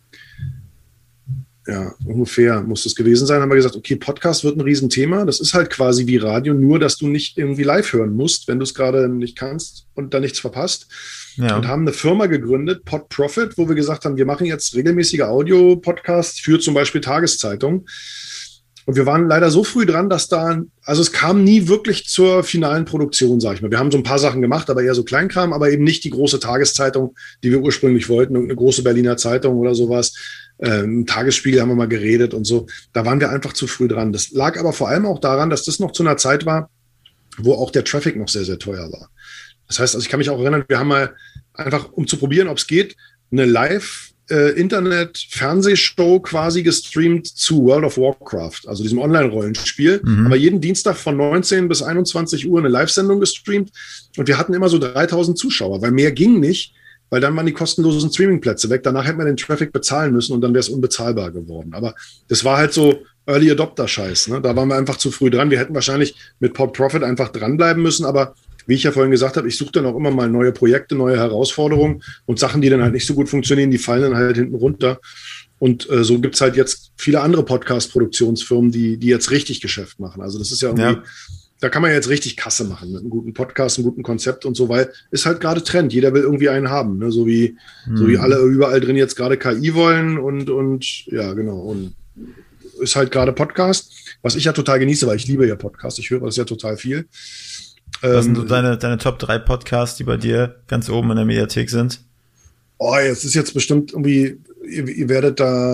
ja, ungefähr muss es gewesen sein, haben wir gesagt, okay, Podcast wird ein Riesenthema. Das ist halt quasi wie Radio, nur dass du nicht irgendwie live hören musst, wenn du es gerade nicht kannst und da nichts verpasst. Ja. Und haben eine Firma gegründet, Pod Profit, wo wir gesagt haben, wir machen jetzt regelmäßige Audio-Podcasts für zum Beispiel Tageszeitungen. Und wir waren leider so früh dran, dass da, also es kam nie wirklich zur finalen Produktion, sag ich mal. Wir haben so ein paar Sachen gemacht, aber eher so Kleinkram, aber eben nicht die große Tageszeitung, die wir ursprünglich wollten, irgendeine große Berliner Zeitung oder sowas. Ähm, Tagesspiegel haben wir mal geredet und so. Da waren wir einfach zu früh dran. Das lag aber vor allem auch daran, dass das noch zu einer Zeit war, wo auch der Traffic noch sehr, sehr teuer war. Das heißt, also ich kann mich auch erinnern, wir haben mal einfach, um zu probieren, ob es geht, eine Live- äh, Internet-Fernsehshow quasi gestreamt zu World of Warcraft, also diesem Online-Rollenspiel. Mhm. Aber jeden Dienstag von neunzehn bis einundzwanzig Uhr eine Live-Sendung gestreamt. Und wir hatten immer so dreitausend Zuschauer, weil mehr ging nicht. Weil dann waren die kostenlosen Streamingplätze weg. Danach hätte man den Traffic bezahlen müssen und dann wäre es unbezahlbar geworden. Aber das war halt so Early Adopter-Scheiß. Ne? Da waren wir einfach zu früh dran. Wir hätten wahrscheinlich mit Pod Profit einfach dranbleiben müssen. Aber wie ich ja vorhin gesagt habe, ich suche dann auch immer mal neue Projekte, neue Herausforderungen und Sachen, die dann halt nicht so gut funktionieren, die fallen dann halt hinten runter. Und äh, so gibt's halt jetzt viele andere Podcast-Produktionsfirmen, die, die jetzt richtig Geschäft machen. Also das ist ja irgendwie... Ja. Da kann man jetzt richtig Kasse machen mit einem guten Podcast, einem guten Konzept und so, weil ist halt gerade Trend. Jeder will irgendwie einen haben, ne? So wie, hm. so wie alle überall drin jetzt gerade K I wollen und, und, ja, genau. Und ist halt gerade Podcast, was ich ja total genieße, weil ich liebe ja Podcast. Ich höre das ja total viel. Was sind so deine, deine Top drei Podcasts, die bei dir ganz oben in der Mediathek sind? Oh, jetzt ist jetzt bestimmt irgendwie, ihr, ihr werdet da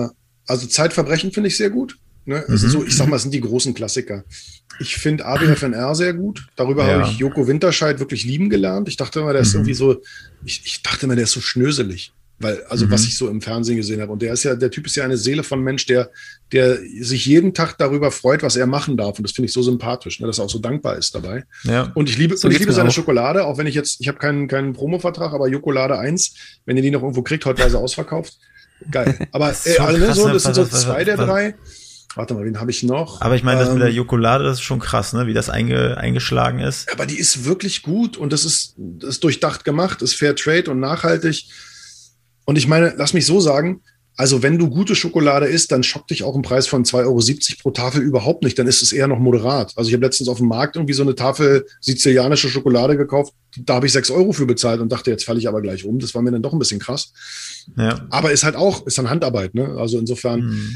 also Zeitverbrechen finde ich sehr gut. Ne? Mhm. Also so, ich sag mal, es sind die großen Klassiker. Ich finde A W F N R sehr gut. Darüber ja. habe ich Joko Winterscheid wirklich lieben gelernt. Ich dachte immer, der ist mhm. irgendwie so, ich, ich dachte immer, der ist so schnöselig. Weil, also mhm. was ich so im Fernsehen gesehen habe. Und der ist ja, der Typ ist ja eine Seele von Mensch, der, der sich jeden Tag darüber freut, was er machen darf. Und das finde ich so sympathisch, ne, dass er auch so dankbar ist dabei. Ja. Und ich liebe, so und ich liebe seine auch. Schokolade, auch wenn ich jetzt, ich habe keinen, keinen Promovertrag, aber Jokolade eins, wenn ihr die noch irgendwo kriegt, heute war sie ausverkauft. Geil. Aber äh, also, ne, so, das sind so zwei der drei. Warte mal, wen habe ich noch? Aber ich meine, das ähm, mit der Jokolade, das ist schon krass, ne, wie das einge, eingeschlagen ist. Aber die ist wirklich gut und das ist, das ist durchdacht gemacht, ist Fair Trade und nachhaltig. Und ich meine, lass mich so sagen, also wenn du gute Schokolade isst, dann schockt dich auch ein Preis von zwei Euro siebzig pro Tafel überhaupt nicht. Dann ist es eher noch moderat. Also ich habe letztens auf dem Markt irgendwie so eine Tafel sizilianische Schokolade gekauft. Da habe ich sechs Euro für bezahlt und dachte, jetzt falle ich aber gleich um. Das war mir dann doch ein bisschen krass. Ja. Aber ist halt auch, ist dann Handarbeit, ne? Also insofern. Mhm.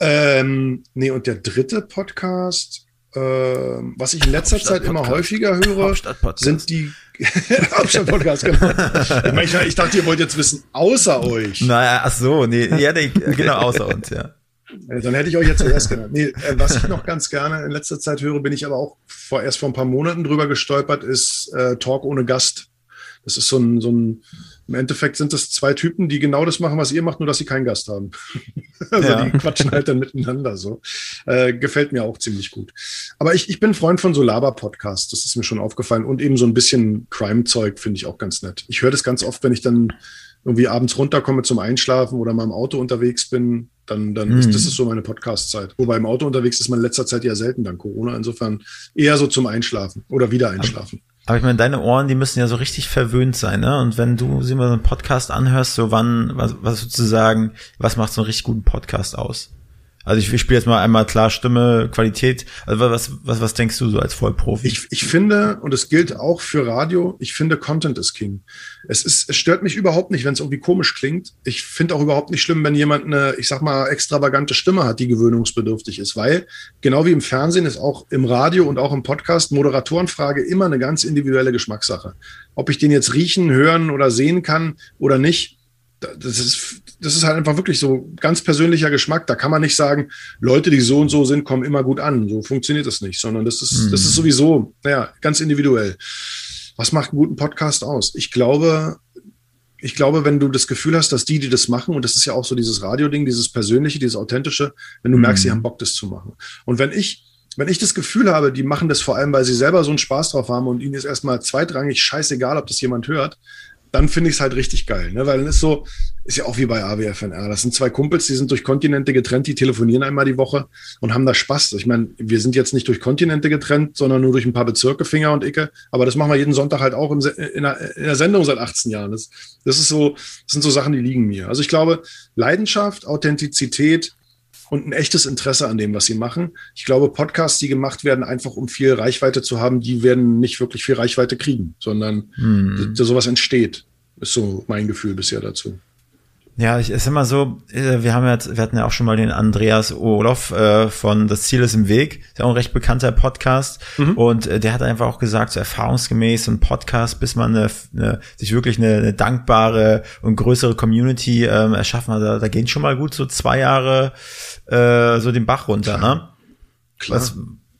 Ähm, nee, und der dritte Podcast, äh, was ich in letzter Zeit immer häufiger höre, sind die Hauptstadt-Podcast, genau. Ich, mein, ich, ich dachte, ihr wollt jetzt wissen, außer euch. Naja, ach so, nee, ja, nee, genau, außer uns, ja. Dann hätte ich euch jetzt zuerst genannt. Nee, äh, was ich noch ganz gerne in letzter Zeit höre, bin ich aber auch vor, erst vor ein paar Monaten drüber gestolpert, ist äh, Talk ohne Gast. Das ist so ein, so ein, im Endeffekt sind das zwei Typen, die genau das machen, was ihr macht, nur dass sie keinen Gast haben. Also ja. Die quatschen halt dann miteinander so. Äh, gefällt mir auch ziemlich gut. Aber ich, ich bin Freund von so Laber-Podcasts, das ist mir schon aufgefallen. Und eben so ein bisschen Crime-Zeug finde ich auch ganz nett. Ich höre das ganz oft, wenn ich dann irgendwie abends runterkomme zum Einschlafen oder mal im Auto unterwegs bin, dann, dann mhm. ist das ist so meine Podcast-Zeit. Wobei im Auto unterwegs ist man in letzter Zeit ja selten dank Corona. Insofern eher so zum Einschlafen oder wieder einschlafen. Aber ich meine, deine Ohren, die müssen ja so richtig verwöhnt sein, ne? Und wenn du sie mal so einen Podcast anhörst, so wann, was, was sozusagen, was macht so einen richtig guten Podcast aus? Also ich, ich spiele jetzt mal einmal klar Stimme, Qualität. Also was, was, was denkst du so als Vollprofi? Ich, ich finde, und es gilt auch für Radio, ich finde, Content ist King. Es ist, es stört mich überhaupt nicht, wenn es irgendwie komisch klingt. Ich finde auch überhaupt nicht schlimm, wenn jemand eine, ich sag mal, extravagante Stimme hat, die gewöhnungsbedürftig ist, weil genau wie im Fernsehen ist auch im Radio und auch im Podcast Moderatorenfrage immer eine ganz individuelle Geschmackssache. Ob ich den jetzt riechen, hören oder sehen kann oder nicht, das ist, das ist halt einfach wirklich so ganz persönlicher Geschmack. Da kann man nicht sagen, Leute, die so und so sind, kommen immer gut an. So funktioniert das nicht, sondern das ist, mhm. das ist sowieso, naja, ganz individuell. Was macht einen guten Podcast aus? Ich glaube, ich glaube, wenn du das Gefühl hast, dass die, die das machen, und das ist ja auch so dieses Radio-Ding, dieses Persönliche, dieses Authentische, wenn du mhm. merkst, sie haben Bock, das zu machen. Und wenn ich, wenn ich das Gefühl habe, die machen das vor allem, weil sie selber so einen Spaß drauf haben und ihnen ist erstmal zweitrangig scheißegal, ob das jemand hört, dann finde ich es halt richtig geil, ne? Weil dann ist so, ist ja auch wie bei A W F N R. Das sind zwei Kumpels, die sind durch Kontinente getrennt, die telefonieren einmal die Woche und haben da Spaß. Ich meine, wir sind jetzt nicht durch Kontinente getrennt, sondern nur durch ein paar Bezirke, Finger und Icke. Aber das machen wir jeden Sonntag halt auch im, in, der, in der Sendung seit achtzehn Jahren. Das, das ist so, das sind so Sachen, die liegen mir. Also ich glaube, Leidenschaft, Authentizität und ein echtes Interesse an dem, was sie machen. Ich glaube, Podcasts, die gemacht werden, einfach um viel Reichweite zu haben, die werden nicht wirklich viel Reichweite kriegen, sondern hm. sowas entsteht. Ist so mein Gefühl bisher dazu. Ja, ich ist immer so, wir haben jetzt, wir hatten ja auch schon mal den Andreas Olof äh, von Das Ziel ist im Weg, ist ja auch ein recht bekannter Podcast mhm. und äh, der hat einfach auch gesagt, so erfahrungsgemäß so ein Podcast, bis man eine, eine, sich wirklich eine, eine dankbare und größere Community ähm, erschaffen hat, da, da gehen schon mal gut so zwei Jahre äh, so den Bach runter, Klar. ne? Klar. Was,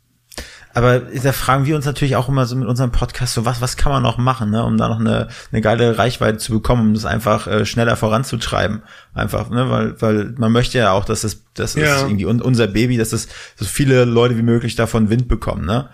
aber da fragen wir uns natürlich auch immer so mit unserem Podcast so, was was kann man noch machen, ne, um da noch eine eine geile Reichweite zu bekommen, um das einfach äh, schneller voranzutreiben, einfach, ne, weil weil man möchte ja auch, dass das das ja. ist irgendwie un, unser Baby, dass das so viele Leute wie möglich davon Wind bekommen, ne?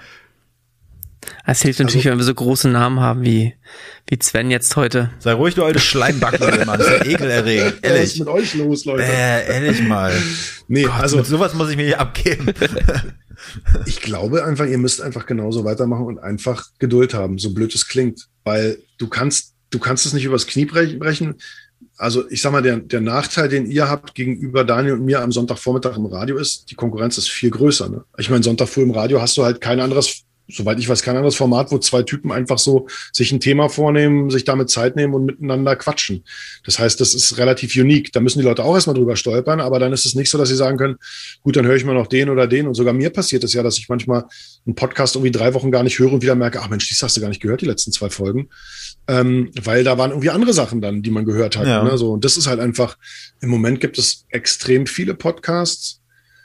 Es hilft natürlich, also, wenn wir so große Namen haben wie wie Sven jetzt heute. Sei ruhig, du alte Schleimbacke, Mann, das ist ja ekelerregend, ehrlich. Was ist mit euch los, Leute? Äh, ehrlich mal. Nee, Gott, also mit sowas muss ich mir hier abgeben. Ich glaube einfach, ihr müsst einfach genauso weitermachen und einfach Geduld haben, so blöd es klingt, weil du kannst, du kannst es nicht übers Knie brechen. Also ich sag mal, der, der Nachteil, den ihr habt gegenüber Daniel und mir am Sonntagvormittag im Radio ist, die Konkurrenz ist viel größer. Ne? Ich meine, Sonntag früh im Radio hast du halt kein anderes, soweit ich weiß, kein anderes Format, wo zwei Typen einfach so sich ein Thema vornehmen, sich damit Zeit nehmen und miteinander quatschen. Das heißt, das ist relativ unique. Da müssen die Leute auch erstmal drüber stolpern, aber dann ist es nicht so, dass sie sagen können, gut, dann höre ich mal noch den oder den. Und sogar mir passiert es ja, dass ich manchmal einen Podcast irgendwie drei Wochen gar nicht höre und wieder merke, ach Mensch, dies hast du gar nicht gehört, die letzten zwei Folgen. ähm, weil da waren irgendwie andere Sachen dann, die man gehört hat. Ja. Ne? So, und das ist halt einfach, im Moment gibt es extrem viele Podcasts.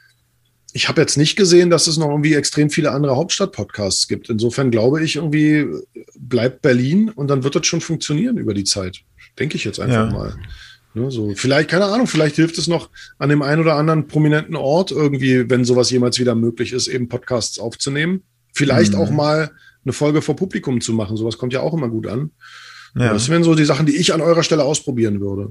Ich habe jetzt nicht gesehen, dass es noch irgendwie extrem viele andere Hauptstadt-Podcasts gibt. Insofern glaube ich, irgendwie bleibt Berlin und dann wird das schon funktionieren über die Zeit. Denke ich jetzt einfach Ja. mal. Ne, so, vielleicht, keine Ahnung, vielleicht hilft es noch an dem einen oder anderen prominenten Ort irgendwie, wenn sowas jemals wieder möglich ist, eben Podcasts aufzunehmen. Vielleicht Mhm. auch mal eine Folge vor Publikum zu machen. Sowas kommt ja auch immer gut an. Ja. Das wären so die Sachen, die ich an eurer Stelle ausprobieren würde.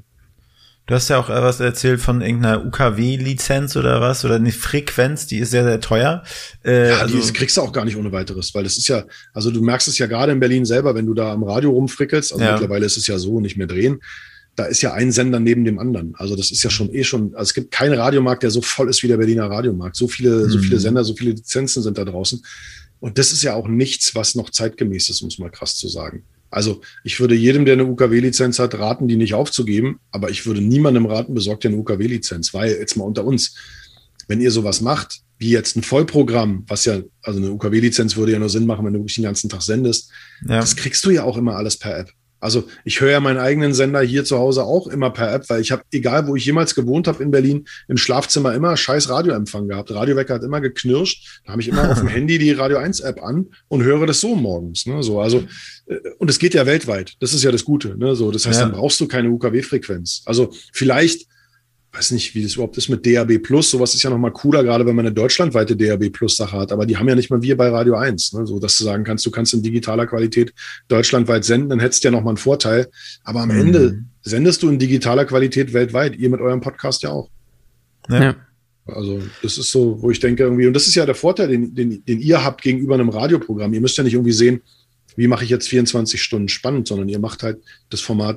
Du hast ja auch was erzählt von irgendeiner U K W-Lizenz oder was, oder eine Frequenz, die ist sehr, sehr teuer. Äh, Ja, also, die ist, kriegst du auch gar nicht ohne weiteres, weil das ist ja, also du merkst es ja gerade in Berlin selber, wenn du da am Radio rumfrickelst, also Ja. mittlerweile ist es ja so, nicht mehr drehen, da ist ja ein Sender neben dem anderen. Also das ist ja schon eh schon, also es gibt keinen Radiomarkt, der so voll ist wie der Berliner Radiomarkt. So viele, so Mhm. viele Sender, so viele Lizenzen sind da draußen. Und das ist ja auch nichts, was noch zeitgemäß ist, um es mal krass zu sagen. Also ich würde jedem, der eine U K W-Lizenz hat, raten, die nicht aufzugeben. Aber ich würde niemandem raten, besorgt ihr eine U K W-Lizenz. Weil, jetzt mal unter uns, wenn ihr sowas macht, wie jetzt ein Vollprogramm, was ja, also eine U K W-Lizenz würde ja nur Sinn machen, wenn du wirklich den ganzen Tag sendest. ja. Das kriegst du ja auch immer alles per App. Also ich höre ja meinen eigenen Sender hier zu Hause auch immer per App, weil ich habe, egal wo ich jemals gewohnt habe in Berlin, im Schlafzimmer immer scheiß Radioempfang gehabt. Radiowecker hat immer geknirscht. Da habe ich immer auf dem Handy die Radio eins App an und höre das so morgens. Ne? So, also, äh, und es geht ja weltweit. Das ist ja das Gute. Ne? So, das heißt, Ja. dann brauchst du keine U K W-Frequenz. Also vielleicht, weiß nicht, wie das überhaupt ist mit D A B Plus. Sowas ist ja nochmal cooler, gerade wenn man eine deutschlandweite D A B Plus Sache hat. Aber die haben ja nicht mal wir bei Radio eins. Ne? So, dass du sagen kannst, du kannst in digitaler Qualität deutschlandweit senden, dann hättest du ja nochmal einen Vorteil. Aber am Mhm. Ende sendest du in digitaler Qualität weltweit. Ihr mit eurem Podcast ja auch. Ja. Ja. Also das ist so, wo ich denke irgendwie, und das ist ja der Vorteil, den, den, den ihr habt gegenüber einem Radioprogramm. Ihr müsst ja nicht irgendwie sehen, wie mache ich jetzt vierundzwanzig Stunden spannend, sondern ihr macht halt das Format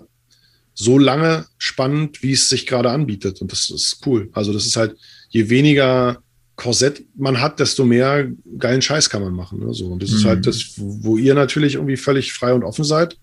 so lange spannend, wie es sich gerade anbietet. Und das ist cool. Also das ist halt, je weniger Korsett man hat, desto mehr geilen Scheiß kann man machen. Ne? So, und das Mhm. ist halt das, wo ihr natürlich irgendwie völlig frei und offen seid.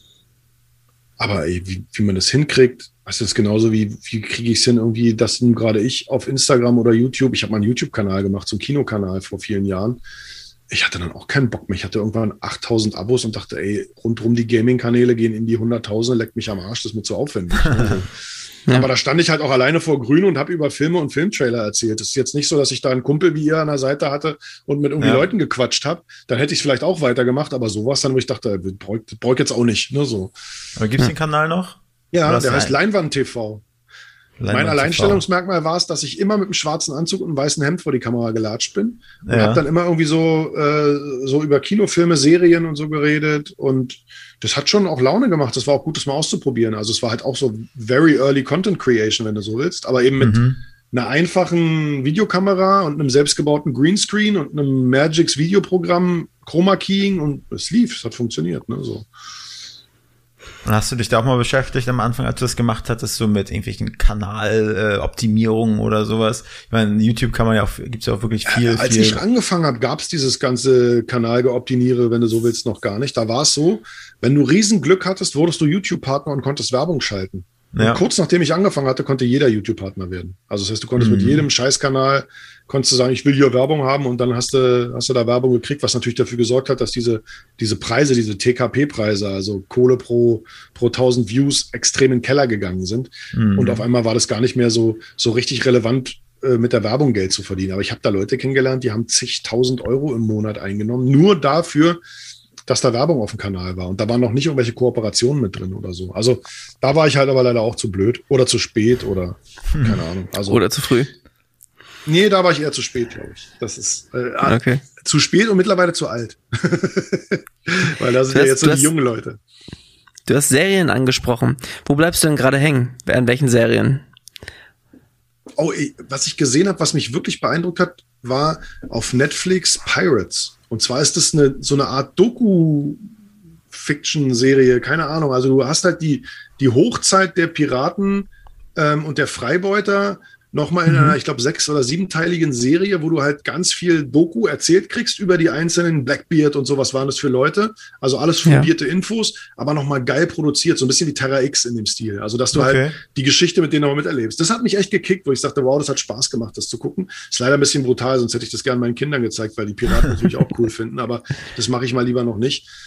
Aber ey, wie, wie man das hinkriegt, das ist genauso wie, wie kriege ich es hin, irgendwie, dass nun gerade ich auf Instagram oder YouTube, ich habe mal einen YouTube-Kanal gemacht, so einen Kinokanal vor vielen Jahren. Ich hatte dann auch keinen Bock mehr. Ich hatte irgendwann achttausend Abos und dachte, ey, rundrum die Gaming-Kanäle gehen in die Hunderttausende, leckt mich am Arsch, das ist mir zu aufwendig. Ja. Aber da stand ich halt auch alleine vor Grün und habe über Filme und Filmtrailer erzählt. Es ist jetzt nicht so, dass ich da einen Kumpel wie ihr an der Seite hatte und mit irgendwie Ja. Leuten gequatscht habe. Dann hätte ich es vielleicht auch weitergemacht, aber sowas dann, wo ich dachte, brauche brauch ich jetzt auch nicht. Ne, so. Aber gibt's den Kanal noch? Ja, Oder der ist heißt ein- Leinwand T V. Mein Leinwand Alleinstellungsmerkmal war es, dass ich immer mit einem schwarzen Anzug und einem weißen Hemd vor die Kamera gelatscht bin. Und Ja. habe dann immer irgendwie so, äh, so über Kinofilme, Serien und so geredet. Und das hat schon auch Laune gemacht. Das war auch gut, das mal auszuprobieren. Also es war halt auch so very early Content Creation, wenn du so willst. Aber eben mit Mhm. einer einfachen Videokamera und einem selbstgebauten Greenscreen und einem Magix Videoprogramm, Chroma Keying, und es lief. Es hat funktioniert. Ne, so. Und hast du dich da auch mal beschäftigt am Anfang, als du das gemacht hattest, so mit irgendwelchen Kanaloptimierungen äh, oder sowas? Ich meine, YouTube kann man ja auch, gibt's ja auch wirklich viel, Als viel. ich angefangen habe, gab es dieses ganze Kanalgeoptimiere, wenn du so willst, noch gar nicht. Da war es so, wenn du Riesenglück hattest, wurdest du YouTube-Partner und konntest Werbung schalten. Ja. Und kurz nachdem ich angefangen hatte, konnte jeder YouTube-Partner werden. Also das heißt, du konntest Mhm. mit jedem Scheißkanal, konntest du sagen, ich will hier Werbung haben, und dann hast du, hast du da Werbung gekriegt, was natürlich dafür gesorgt hat, dass diese, diese Preise, diese T K P-Preise, also Kohle pro, pro tausend Views, extrem in den Keller gegangen sind. Mhm. Und auf einmal war das gar nicht mehr so, so richtig relevant, äh, mit der Werbung Geld zu verdienen. Aber ich habe da Leute kennengelernt, die haben zigtausend Euro im Monat eingenommen, nur dafür, dass da Werbung auf dem Kanal war. Und da waren noch nicht irgendwelche Kooperationen mit drin oder so. Also da war ich halt aber leider auch zu blöd oder zu spät oder keine Ahnung. Also, Oder zu früh. nee, da war ich eher zu spät, glaube ich. Das ist äh, Okay. zu spät und mittlerweile zu alt. Weil da sind Du ja hast- jetzt so du die hast- jungen Leute. Du hast Serien angesprochen. Wo bleibst du denn gerade hängen? An welchen Serien? Oh, ey, was ich gesehen habe, was mich wirklich beeindruckt hat, war auf Netflix Pirates. Und zwar ist das eine, so eine Art Doku-Fiction-Serie, keine Ahnung. Also du hast halt die, die Hochzeit der Piraten ähm, und der Freibeuter nochmal in Mhm. einer, ich glaube, sechs- oder siebenteiligen Serie, wo du halt ganz viel Doku erzählt kriegst über die einzelnen Blackbeard und so, was waren das für Leute. Also alles Ja. fundierte Infos, aber nochmal geil produziert, so ein bisschen wie Terra X in dem Stil. Also dass du halt Okay. die Geschichte mit denen auch miterlebst. Das hat mich echt gekickt, wo ich sagte, wow, das hat Spaß gemacht, das zu gucken. Ist leider ein bisschen brutal, sonst hätte ich das gerne meinen Kindern gezeigt, weil die Piraten natürlich auch cool finden, aber das mache ich mal lieber noch nicht.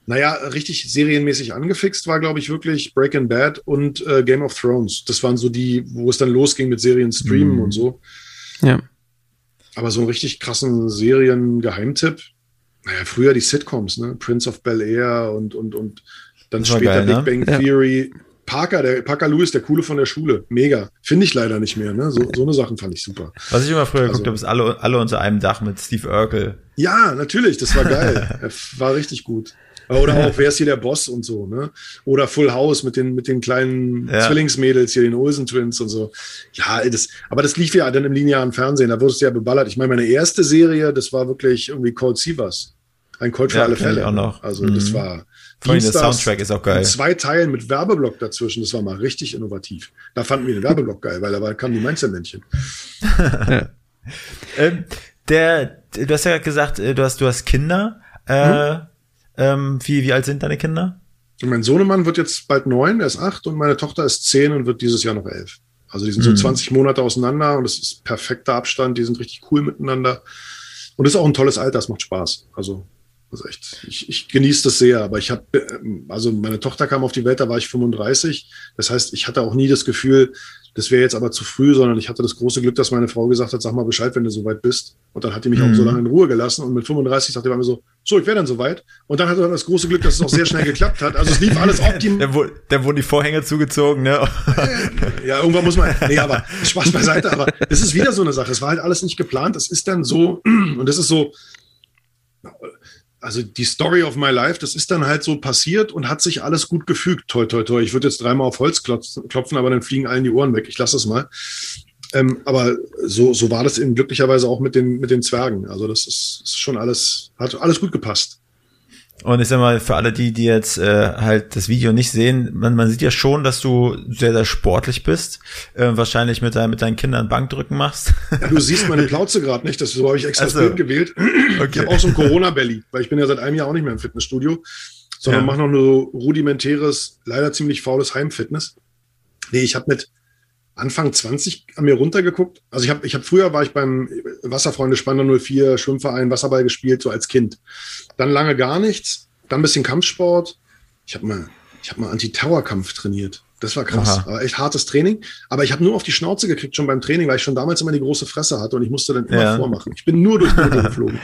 Naja, richtig serienmäßig angefixt war, glaube ich, wirklich Breaking Bad und äh, Game of Thrones. Das waren so die, wo es dann losging mit Serien streamen mm. und so. Ja. Aber so einen richtig krassen Serien-Geheimtipp, naja, früher die Sitcoms, ne? Prince of Bel-Air und, und, und dann später geil, Big ne? Bang Theory. Ja. Parker, der Parker Lewis, der Coole von der Schule. Mega. Finde ich leider nicht mehr, ne? So, so eine Sachen fand ich super. Was ich immer früher also, geguckt habe, ist alle, alle unter einem Dach mit Steve Urkel. Ja, natürlich, das war geil. War richtig gut. Oder auch, wer ist hier der Boss und so, ne? Oder Full House mit den, mit den kleinen ja. Zwillingsmädels hier, den Olsen Twins und so. Ja, das, aber das lief ja dann im linearen Fernsehen, da wurdest du ja beballert. Ich meine, meine erste Serie, das war wirklich irgendwie Cold Seavers. Ein Cold für ja, alle Fälle. Auch noch. Also, mhm. das war. Vor allem der Soundtrack ist auch geil. In zwei Teilen mit Werbeblock dazwischen, das war mal richtig innovativ. Da fanden wir den Werbeblock geil, weil da kamen die Mainzer-Männchen. ja. ähm, der, du hast ja gesagt, du hast, du hast Kinder. Äh, mhm. Ähm, wie, wie alt sind deine Kinder? Und mein Sohnemann wird jetzt bald neun, er ist acht, und meine Tochter ist zehn und wird dieses Jahr noch elf. Also die sind so mhm. zwanzig Monate auseinander und das ist perfekter Abstand, die sind richtig cool miteinander. Und das ist auch ein tolles Alter, es macht Spaß. Also, das ist echt, ich, ich genieße das sehr, aber ich habe, also meine Tochter kam auf die Welt, da war ich fünfunddreißig. Das heißt, ich hatte auch nie das Gefühl, das wäre jetzt aber zu früh, sondern ich hatte das große Glück, dass meine Frau gesagt hat, sag mal Bescheid, wenn du soweit bist. Und dann hat die mich mhm. auch so lange in Ruhe gelassen. Und mit fünfunddreißig sagte die mir so, so, ich wäre dann soweit. Und dann hatte dann das große Glück, dass es auch sehr schnell geklappt hat. Also es lief alles optimal. Dann, wurde, dann wurden die Vorhänge zugezogen, ne? Ja, irgendwann muss man, nee, aber Spaß beiseite. Aber das ist wieder so eine Sache. Es war halt alles nicht geplant. Es ist dann so, und das ist so, also die Story of my life, das ist dann halt so passiert und hat sich alles gut gefügt. Toi, toi, toi. Ich würde jetzt dreimal auf Holz klopfen, aber dann fliegen allen die Ohren weg. Ich lasse es mal. Ähm, aber so, so war das eben glücklicherweise auch mit den, mit den Zwergen. Also das ist, ist schon alles, hat alles gut gepasst. Und ich sag mal, für alle die, die jetzt äh, halt das Video nicht sehen, man, man sieht ja schon, dass du sehr, sehr sportlich bist. Äh, wahrscheinlich mit, dein, mit deinen Kindern Bankdrücken machst. Ja, du siehst meine Plauze gerade nicht, das so habe ich extra also, das Bild gewählt. Okay. Ich habe auch so ein Corona-Belly, weil ich bin ja seit einem Jahr auch nicht mehr im Fitnessstudio, sondern ja. mache noch nur so rudimentäres, leider ziemlich faules Heimfitness. Nee, ich habe mit Anfang zwanzig an mir runtergeguckt. Also ich habe, ich habe früher war ich beim Wasserfreunde Spandau null vier Schwimmverein Wasserball gespielt, so als Kind. Dann lange gar nichts, dann ein bisschen Kampfsport. Ich habe mal, ich habe mal Anti-Terror-Kampf trainiert. Das war krass, war echt hartes Training. Aber ich habe nur auf die Schnauze gekriegt schon beim Training, weil ich schon damals immer die große Fresse hatte und ich musste dann immer ja. vormachen. Ich bin nur durch die Luft geflogen.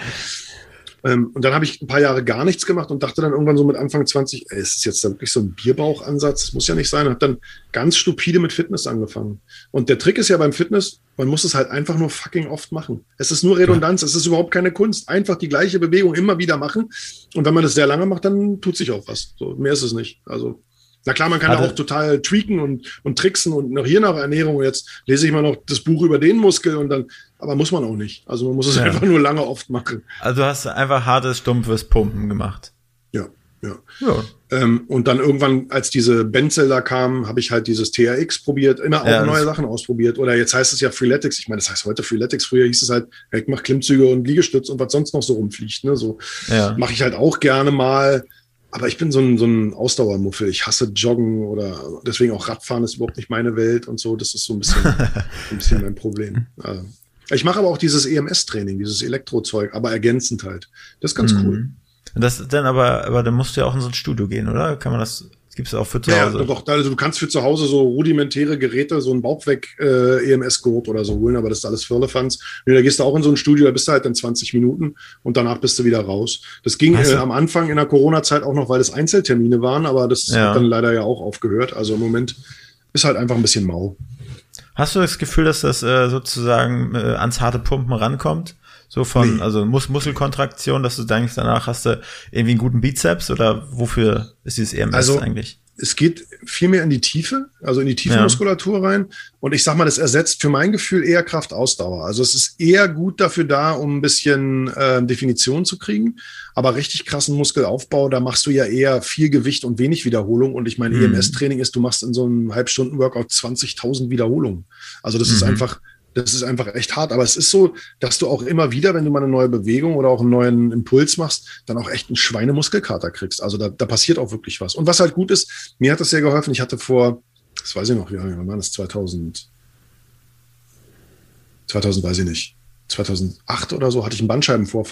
Ähm, und dann habe ich ein paar Jahre gar nichts gemacht und dachte dann irgendwann so mit Anfang zwanzig, ey, ist das jetzt da wirklich so ein Bierbauchansatz? Das muss ja nicht sein. Und habe dann ganz stupide mit Fitness angefangen. Und der Trick ist ja beim Fitness, man muss es halt einfach nur fucking oft machen. Es ist nur Redundanz, es ist überhaupt keine Kunst. Einfach die gleiche Bewegung immer wieder machen. Und wenn man das sehr lange macht, dann tut sich auch was. So, mehr ist es nicht. Also, na klar, man kann also, auch total tweaken und, und tricksen und noch hier nach Ernährung. Jetzt lese ich mal noch das Buch über den Muskel und dann, aber muss man auch nicht. Also man muss es ja. einfach nur lange oft machen. Also du hast einfach hartes, stumpfes Pumpen gemacht. Ja, ja. ja. Ähm, und dann irgendwann, als diese Benzel da kam, habe ich halt dieses T R X probiert, immer auch ja, neue Sachen ausprobiert. Oder jetzt heißt es ja Freeletics. Ich meine, das heißt heute Freeletics. Früher hieß es halt, ich mache Klimmzüge und Liegestütz und was sonst noch so rumfliegt. Ne? So ja. mache ich halt auch gerne mal. Aber ich bin so ein, so ein Ausdauermuffel. Ich hasse Joggen oder deswegen auch Radfahren ist überhaupt nicht meine Welt und so. Das ist so ein bisschen, ein bisschen mein Problem. Also, ich mache aber auch dieses E M S-Training, dieses Elektrozeug, aber ergänzend halt. Das ist ganz mhm. cool. Und das dann aber, aber dann musst du ja auch in so ein Studio gehen, oder? Kann man das, das gibt's auch für zu Hause? Ja, doch, also du kannst für zu Hause so rudimentäre Geräte, so ein Bauchweg-E M S-Gurt oder so holen, aber das ist alles Firlefanz. Und da gehst du auch in so ein Studio, da bist du halt dann zwanzig Minuten und danach bist du wieder raus. Das ging äh, am Anfang in der Corona-Zeit auch noch, weil das Einzeltermine waren, aber das ja. hat dann leider ja auch aufgehört. Also im Moment ist halt einfach ein bisschen mau. Hast du das Gefühl, dass das äh, sozusagen äh, ans harte Pumpen rankommt? So von, nee. also Mus- Muskelkontraktion, dass du denkst, danach hast du irgendwie einen guten Bizeps oder wofür ist dieses E M S also, eigentlich? Es geht viel mehr in die Tiefe, also in die tiefe ja. Muskulatur rein. Und ich sag mal, das ersetzt für mein Gefühl eher Kraftausdauer. Also es ist eher gut dafür da, um ein bisschen äh, Definition zu kriegen. Aber richtig krassen Muskelaufbau, da machst du ja eher viel Gewicht und wenig Wiederholung. Und ich meine, mhm. E M S-Training ist, du machst in so einem Halbstunden-Workout zwanzigtausend Wiederholungen. Also das mhm. ist einfach... Das ist einfach echt hart, aber es ist so, dass du auch immer wieder, wenn du mal eine neue Bewegung oder auch einen neuen Impuls machst, dann auch echt einen Schweinemuskelkater kriegst. Also da, da passiert auch wirklich was. Und was halt gut ist, mir hat das sehr geholfen. Ich hatte vor, das weiß ich noch, ja, wann war das? zweitausend, zweitausend weiß ich nicht, zweitausendacht oder so hatte ich einen Bandscheibenvorfall.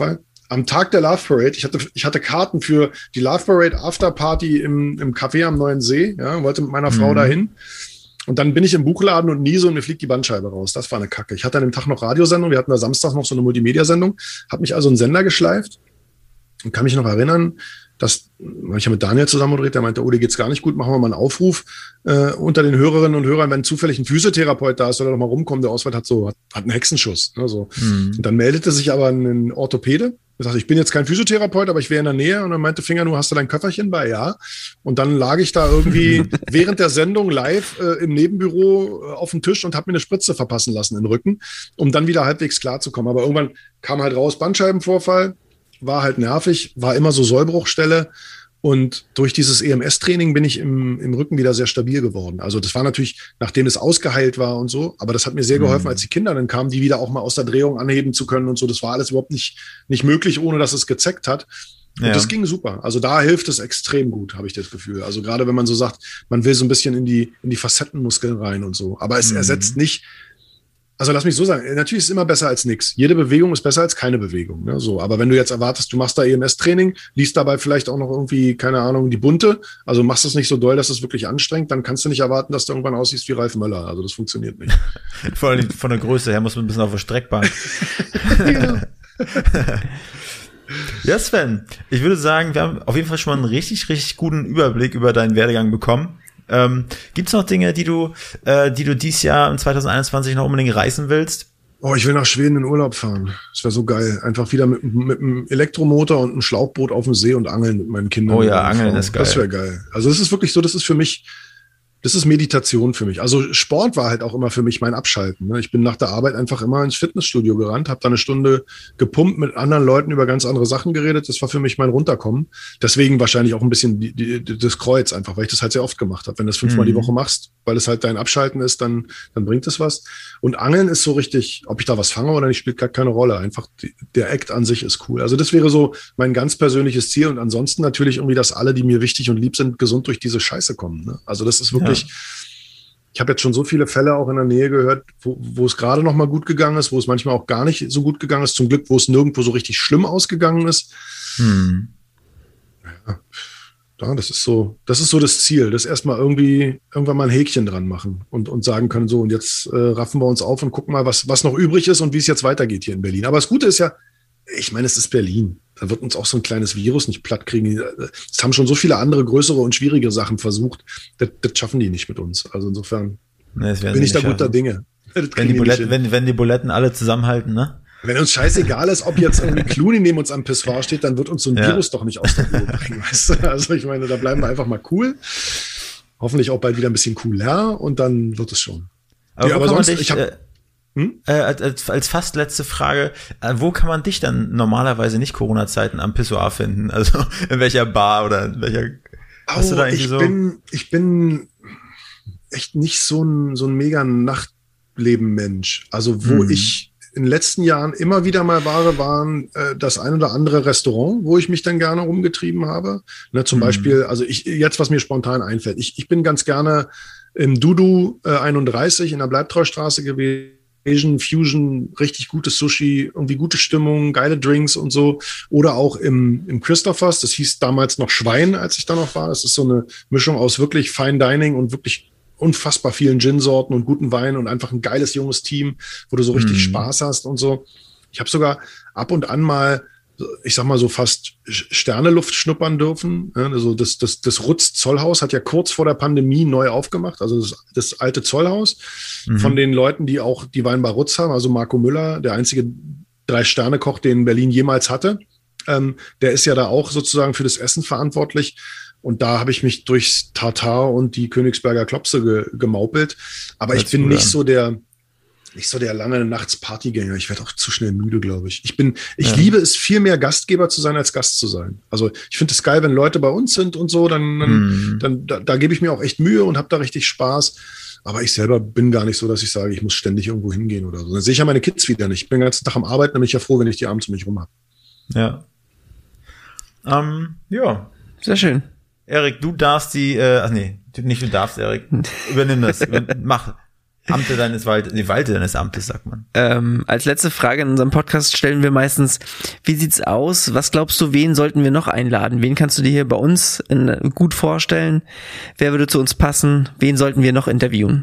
am Tag der Love Parade, ich hatte, ich hatte Karten für die Love Parade Afterparty im, im Café am Neuen See, ja, wollte mit meiner Frau mhm. dahin. Und dann bin ich im Buchladen und niese und mir fliegt die Bandscheibe raus. Das war eine Kacke. Ich hatte an dem Tag noch Radiosendung, wir hatten da Samstag noch so eine Multimedia-Sendung, habe mich also einen Sender geschleift und kann mich noch erinnern, dass, habe ich ja mit Daniel zusammen moderiert, der meinte, oh, dir geht's gar nicht gut, machen wir mal einen Aufruf äh, unter den Hörerinnen und Hörern, wenn zufällig ein Physiotherapeut da ist, soll er doch mal rumkommen, der Ausweit hat so, hat, hat einen Hexenschuss. Ne, so. Mhm. Und dann meldete sich aber ein Orthopäde, der sagte, ich bin jetzt kein Physiotherapeut, aber ich wäre in der Nähe. Und dann meinte Finger, du hast du dein Köfferchen bei? Ja. Und dann lag ich da irgendwie während der Sendung live äh, im Nebenbüro äh, auf dem Tisch und habe mir eine Spritze verpassen lassen in den Rücken, um dann wieder halbwegs klarzukommen. Aber irgendwann kam halt raus, Bandscheibenvorfall, war halt nervig, war immer so Sollbruchstelle. Und durch dieses E M S-Training bin ich im, im Rücken wieder sehr stabil geworden. Also das war natürlich, nachdem es ausgeheilt war und so, aber das hat mir sehr geholfen, als die Kinder dann kamen, die wieder auch mal aus der Drehung anheben zu können und so. Das war alles überhaupt nicht, nicht möglich, ohne dass es gezeckt hat. Und ja. das ging super. Also da hilft es extrem gut, habe ich das Gefühl. Also gerade wenn man so sagt, man will so ein bisschen in die, in die Facettenmuskeln rein und so. Aber es mhm. ersetzt nicht. Also lass mich so sagen, natürlich ist es immer besser als nichts. Jede Bewegung ist besser als keine Bewegung. Ne? So, aber wenn du jetzt erwartest, du machst da E M S-Training, liest dabei vielleicht auch noch irgendwie, keine Ahnung, die Bunte, also machst es nicht so doll, dass es wirklich anstrengt, dann kannst du nicht erwarten, dass du irgendwann aussiehst wie Ralf Möller. Also das funktioniert nicht. Vor allem von der Größe her muss man ein bisschen auf der Streckbank. Genau. Ja, Sven, ich würde sagen, wir haben auf jeden Fall schon mal einen richtig, richtig guten Überblick über deinen Werdegang bekommen. Ähm, gibt's noch Dinge, die du, äh, die du dieses Jahr im zwanzig einundzwanzig noch unbedingt reißen willst? Oh, ich will nach Schweden in Urlaub fahren. Das wäre so geil. Einfach wieder mit, mit einem Elektromotor und einem Schlauchboot auf dem See und angeln mit meinen Kindern. Oh ja, Angeln ist geil. Das wäre geil. Also das ist wirklich so, das ist für mich, das ist Meditation für mich. Also Sport war halt auch immer für mich mein Abschalten. Ne? Ich bin nach der Arbeit einfach immer ins Fitnessstudio gerannt, habe da eine Stunde gepumpt, mit anderen Leuten über ganz andere Sachen geredet. Das war für mich mein Runterkommen. Deswegen wahrscheinlich auch ein bisschen die, die, das Kreuz einfach, weil ich das halt sehr oft gemacht habe. Wenn du das fünfmal mhm. die Woche machst, weil es halt dein Abschalten ist, dann, dann bringt es was. Und Angeln ist so richtig, ob ich da was fange oder nicht, spielt gar keine Rolle. Einfach die, der Act an sich ist cool. Also das wäre so mein ganz persönliches Ziel. Und ansonsten natürlich irgendwie, dass alle, die mir wichtig und lieb sind, gesund durch diese Scheiße kommen. Ne? Also das ist wirklich, ja. Ich habe jetzt schon so viele Fälle auch in der Nähe gehört, wo, wo es gerade noch mal gut gegangen ist, wo es manchmal auch gar nicht so gut gegangen ist. Zum Glück, wo es nirgendwo so richtig schlimm ausgegangen ist. Hm. Ja. Ja, das ist so, das ist so das Ziel, das erstmal irgendwie, irgendwann mal ein Häkchen dran machen und, und sagen können, so, und jetzt äh, raffen wir uns auf und gucken mal, was, was noch übrig ist und wie es jetzt weitergeht hier in Berlin. Aber das Gute ist ja, ich meine, es ist Berlin. Da wird uns auch so ein kleines Virus nicht platt kriegen. Es haben schon so viele andere größere und schwierige Sachen versucht. Das, das schaffen die nicht mit uns. Also insofern nee, bin ich da guter Dinge. Wenn die, Buletten, wenn, wenn die Buletten alle zusammenhalten, ne? Wenn uns scheißegal ist, ob jetzt irgendwie Clooney neben uns am Pissoir steht, dann wird uns so ein ja. Virus doch nicht aus der Ruhe bringen, weißt du? Also ich meine, da bleiben wir einfach mal cool. Hoffentlich auch bald wieder ein bisschen cooler und dann wird es schon. Aber, ja, aber sonst, dich, ich hab, äh, hm? äh, als, als fast letzte Frage, äh, wo kann man dich dann normalerweise nicht Corona-Zeiten am Pissoir finden? Also in welcher Bar oder in welcher, hast oh, du da irgendwie ich so? Bin, ich bin echt nicht so ein, so ein mega Nachtleben-Mensch. Also wo hm. ich in den letzten Jahren immer wieder mal war, waren äh, das ein oder andere Restaurant, wo ich mich dann gerne rumgetrieben habe. Ne, zum mhm. Beispiel, also ich jetzt, was mir spontan einfällt, ich, ich bin ganz gerne im Dudu äh, einunddreißig in der Bleibtreustraße gewesen. Asian Fusion, richtig gutes Sushi, irgendwie gute Stimmung, geile Drinks und so. Oder auch im, im Christophers, das hieß damals noch Schwein, als ich da noch war. Das ist so eine Mischung aus wirklich Fine Dining und wirklich unfassbar vielen Gin-Sorten und guten Wein und einfach ein geiles junges Team, wo du so richtig mm. Spaß hast und so. Ich habe sogar ab und an mal, ich sag mal so fast Sterneluft schnuppern dürfen. Also das, das, das Rutz Zollhaus hat ja kurz vor der Pandemie neu aufgemacht, also das, das alte Zollhaus mhm. von den Leuten, die auch die Weinbar Rutz haben, also Marco Müller, der einzige Drei-Sterne-Koch, den Berlin jemals hatte. Ähm, der ist ja da auch sozusagen für das Essen verantwortlich. Und da habe ich mich durchs Tartar und die Königsberger Klopse ge, gemaupelt. Aber ich bin nicht so der, nicht so der lange Nachts-Partygänger. Ich werde auch zu schnell müde, glaube ich. Ich bin, ich ja. liebe es viel mehr Gastgeber zu sein als Gast zu sein. Also ich finde es geil, wenn Leute bei uns sind und so, dann, dann, hm. dann da, da gebe ich mir auch echt Mühe und habe da richtig Spaß. Aber ich selber bin gar nicht so, dass ich sage, ich muss ständig irgendwo hingehen oder so. Dann sehe ich ja meine Kids wieder nicht. Ich bin den ganzen Tag am Arbeiten, dann bin ich ja froh, wenn ich die abends um mich rum habe. Ja. Ähm, ja. Sehr schön. Erik, du darfst die, äh, ach nee, nicht du darfst, Erik. Übernimm das. Über, mach. Amte deines Waldes, die Walte deines Amtes, sagt man. Ähm, als letzte Frage in unserem Podcast stellen wir meistens, wie sieht's aus? Was glaubst du, wen sollten wir noch einladen? Wen kannst du dir hier bei uns in, gut vorstellen? Wer würde zu uns passen? Wen sollten wir noch interviewen?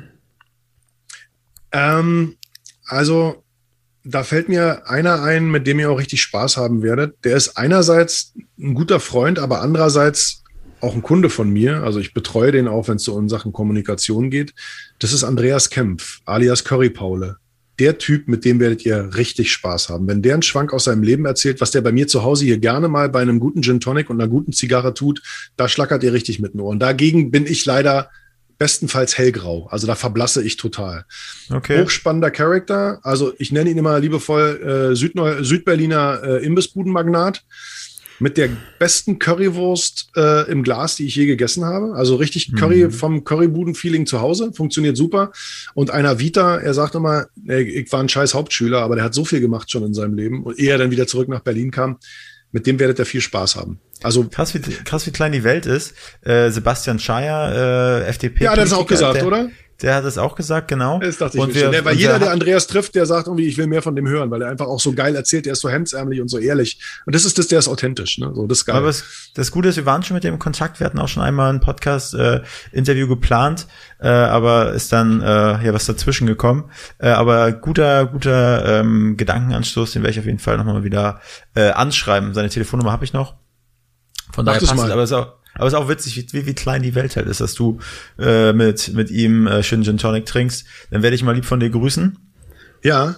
Ähm, also, da fällt mir einer ein, mit dem ihr auch richtig Spaß haben werdet. Der ist einerseits ein guter Freund, aber andererseits auch ein Kunde von mir. Also ich betreue den auch, wenn es so um Sachen Kommunikation geht. Das ist Andreas Kempf, alias Curry Paule. Der Typ, mit dem werdet ihr richtig Spaß haben. Wenn der einen Schwank aus seinem Leben erzählt, was der bei mir zu Hause hier gerne mal bei einem guten Gin Tonic und einer guten Zigarre tut, da schlackert ihr richtig mit den Ohren. Dagegen bin ich leider bestenfalls hellgrau. Also da verblasse ich total. Okay. Hochspannender Charakter. Also ich nenne ihn immer liebevoll äh, Südneu- Südberliner äh, Imbissbudenmagnat. Mit der besten Currywurst äh, im Glas, die ich je gegessen habe. Also richtig Curry mhm. vom Currybuden-Feeling zu Hause. Funktioniert super. Und einer Vita, er sagt immer, ey, ich war ein scheiß Hauptschüler, aber der hat so viel gemacht schon in seinem Leben. Und ehe er dann wieder zurück nach Berlin kam, mit dem werdet ihr viel Spaß haben. Also krass, wie, krass, wie klein die Welt ist. Äh, Sebastian Schaier, äh, F D P. Ja, der hat es auch gesagt, der, oder? Der hat es auch gesagt, genau. Das dachte ich und mir wir, schon. Der, weil und jeder, der, der Andreas trifft, der sagt irgendwie, ich will mehr von dem hören, weil er einfach auch so geil erzählt, der ist so hemdsärmlich und so ehrlich. Und das ist das, der ist authentisch, ne? So, das ist geil. Aber es, das Gute ist, wir waren schon mit dem in Kontakt, wir hatten auch schon einmal ein Podcast-Interview äh, geplant, äh, aber ist dann äh, ja was dazwischen gekommen. Äh, aber guter, guter ähm, Gedankenanstoß, den werde ich auf jeden Fall nochmal wieder äh, anschreiben. Seine Telefonnummer habe ich noch. Von daher passt es, aber es ist auch Aber es ist auch witzig, wie, wie klein die Welt halt ist, dass du äh, mit mit ihm äh, schön Gin Tonic trinkst. Dann werde ich mal lieb von dir grüßen. Ja.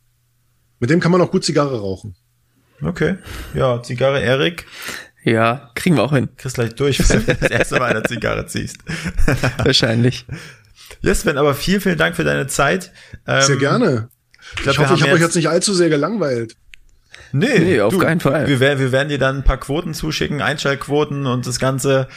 Mit dem kann man auch gut Zigarre rauchen. Okay. Ja, Zigarre Erik. Ja, kriegen wir auch hin. Kriegst gleich durch, wenn du das erste Mal eine Zigarre ziehst. Wahrscheinlich. Ja, Sven, aber vielen, vielen Dank für deine Zeit. Ähm, sehr gerne. Ich, glaub, ich hoffe, ich habe euch jetzt nicht allzu sehr gelangweilt. Nee, nee, auf du, keinen Fall. Wir, wir werden dir dann ein paar Quoten zuschicken, Einschaltquoten und das Ganze.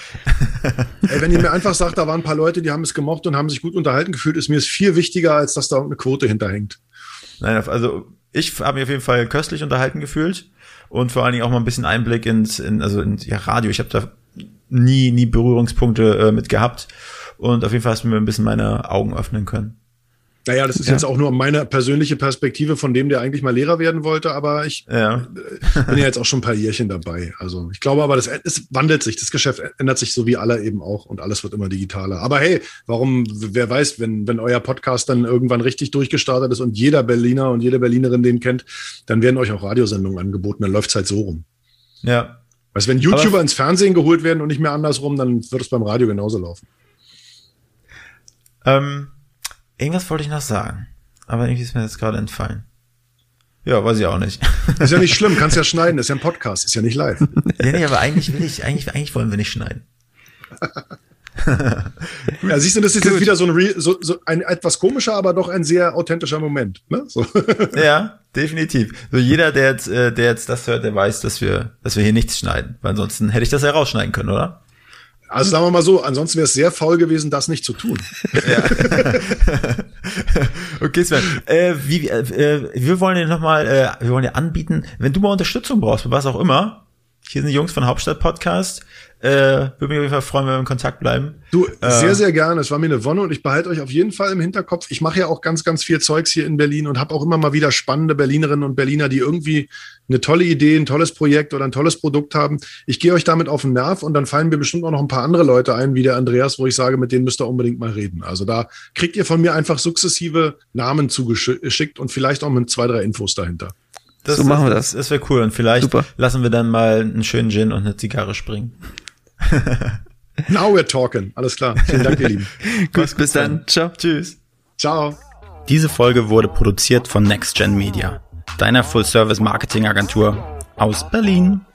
Ey, wenn ihr mir einfach sagt, da waren ein paar Leute, die haben es gemocht und haben sich gut unterhalten gefühlt, ist mir es viel wichtiger, als dass da irgendeine Quote hinterhängt. Nein, also ich habe mich auf jeden Fall köstlich unterhalten gefühlt und vor allen Dingen auch mal ein bisschen Einblick ins, in, also in ja, Radio. Ich habe da nie, nie Berührungspunkte äh, mit gehabt und auf jeden Fall hast du mir ein bisschen meine Augen öffnen können. Naja, das ist ja. jetzt auch nur meine persönliche Perspektive von dem, der eigentlich mal Lehrer werden wollte, aber ich ja. bin ja jetzt auch schon ein paar Jährchen dabei. Also ich glaube aber, das, es wandelt sich, das Geschäft ändert sich so wie alle eben auch und alles wird immer digitaler. Aber hey, warum, wer weiß, wenn, wenn euer Podcast dann irgendwann richtig durchgestartet ist und jeder Berliner und jede Berlinerin den kennt, dann werden euch auch Radiosendungen angeboten, dann läuft's halt so rum. Ja. Weißt, wenn YouTuber aber ins Fernsehen geholt werden und nicht mehr andersrum, dann wird es beim Radio genauso laufen. Ähm, Irgendwas wollte ich noch sagen, aber irgendwie ist mir jetzt gerade entfallen. Ja, weiß ich auch nicht. Ist ja nicht schlimm, kannst ja schneiden, ist ja ein Podcast, ist ja nicht live. Nee, nee, aber eigentlich will ich, eigentlich, eigentlich wollen wir nicht schneiden. Ja, siehst du, das ist Gut. jetzt wieder so ein, Re- so, so ein etwas komischer, aber doch ein sehr authentischer Moment. Ne? So. Ja, definitiv. So jeder, der jetzt, der jetzt das hört, der weiß, dass wir, dass wir hier nichts schneiden, weil ansonsten hätte ich das ja rausschneiden können, oder? Also sagen wir mal so, ansonsten wäre es sehr faul gewesen, das nicht zu tun. Ja. Okay, Sven. Äh, wie, äh, wir wollen dir nochmal, äh, wir wollen dir anbieten, wenn du mal Unterstützung brauchst, für was auch immer, hier sind die Jungs von Hauptstadt Podcast, äh, würde mich auf jeden Fall freuen, wenn wir in Kontakt bleiben. Du, äh, sehr, sehr gerne. Es war mir eine Wonne und ich behalte euch auf jeden Fall im Hinterkopf. Ich mache ja auch ganz, ganz viel Zeugs hier in Berlin und habe auch immer mal wieder spannende Berlinerinnen und Berliner, die irgendwie eine tolle Idee, ein tolles Projekt oder ein tolles Produkt haben. Ich gehe euch damit auf den Nerv und dann fallen mir bestimmt auch noch ein paar andere Leute ein, wie der Andreas, wo ich sage, mit denen müsst ihr unbedingt mal reden. Also da kriegt ihr von mir einfach sukzessive Namen zugeschickt und vielleicht auch mit zwei, drei Infos dahinter. Das, so machen wir das. Das wäre cool und vielleicht Super. Lassen wir dann mal einen schönen Gin und eine Zigarre springen. Now we're talking. Alles klar. Vielen Dank, ihr Lieben. Gut, bis dann. Ciao. Tschüss. Ciao. Diese Folge wurde produziert von NextGen Media, deiner Full-Service-Marketing-Agentur aus Berlin.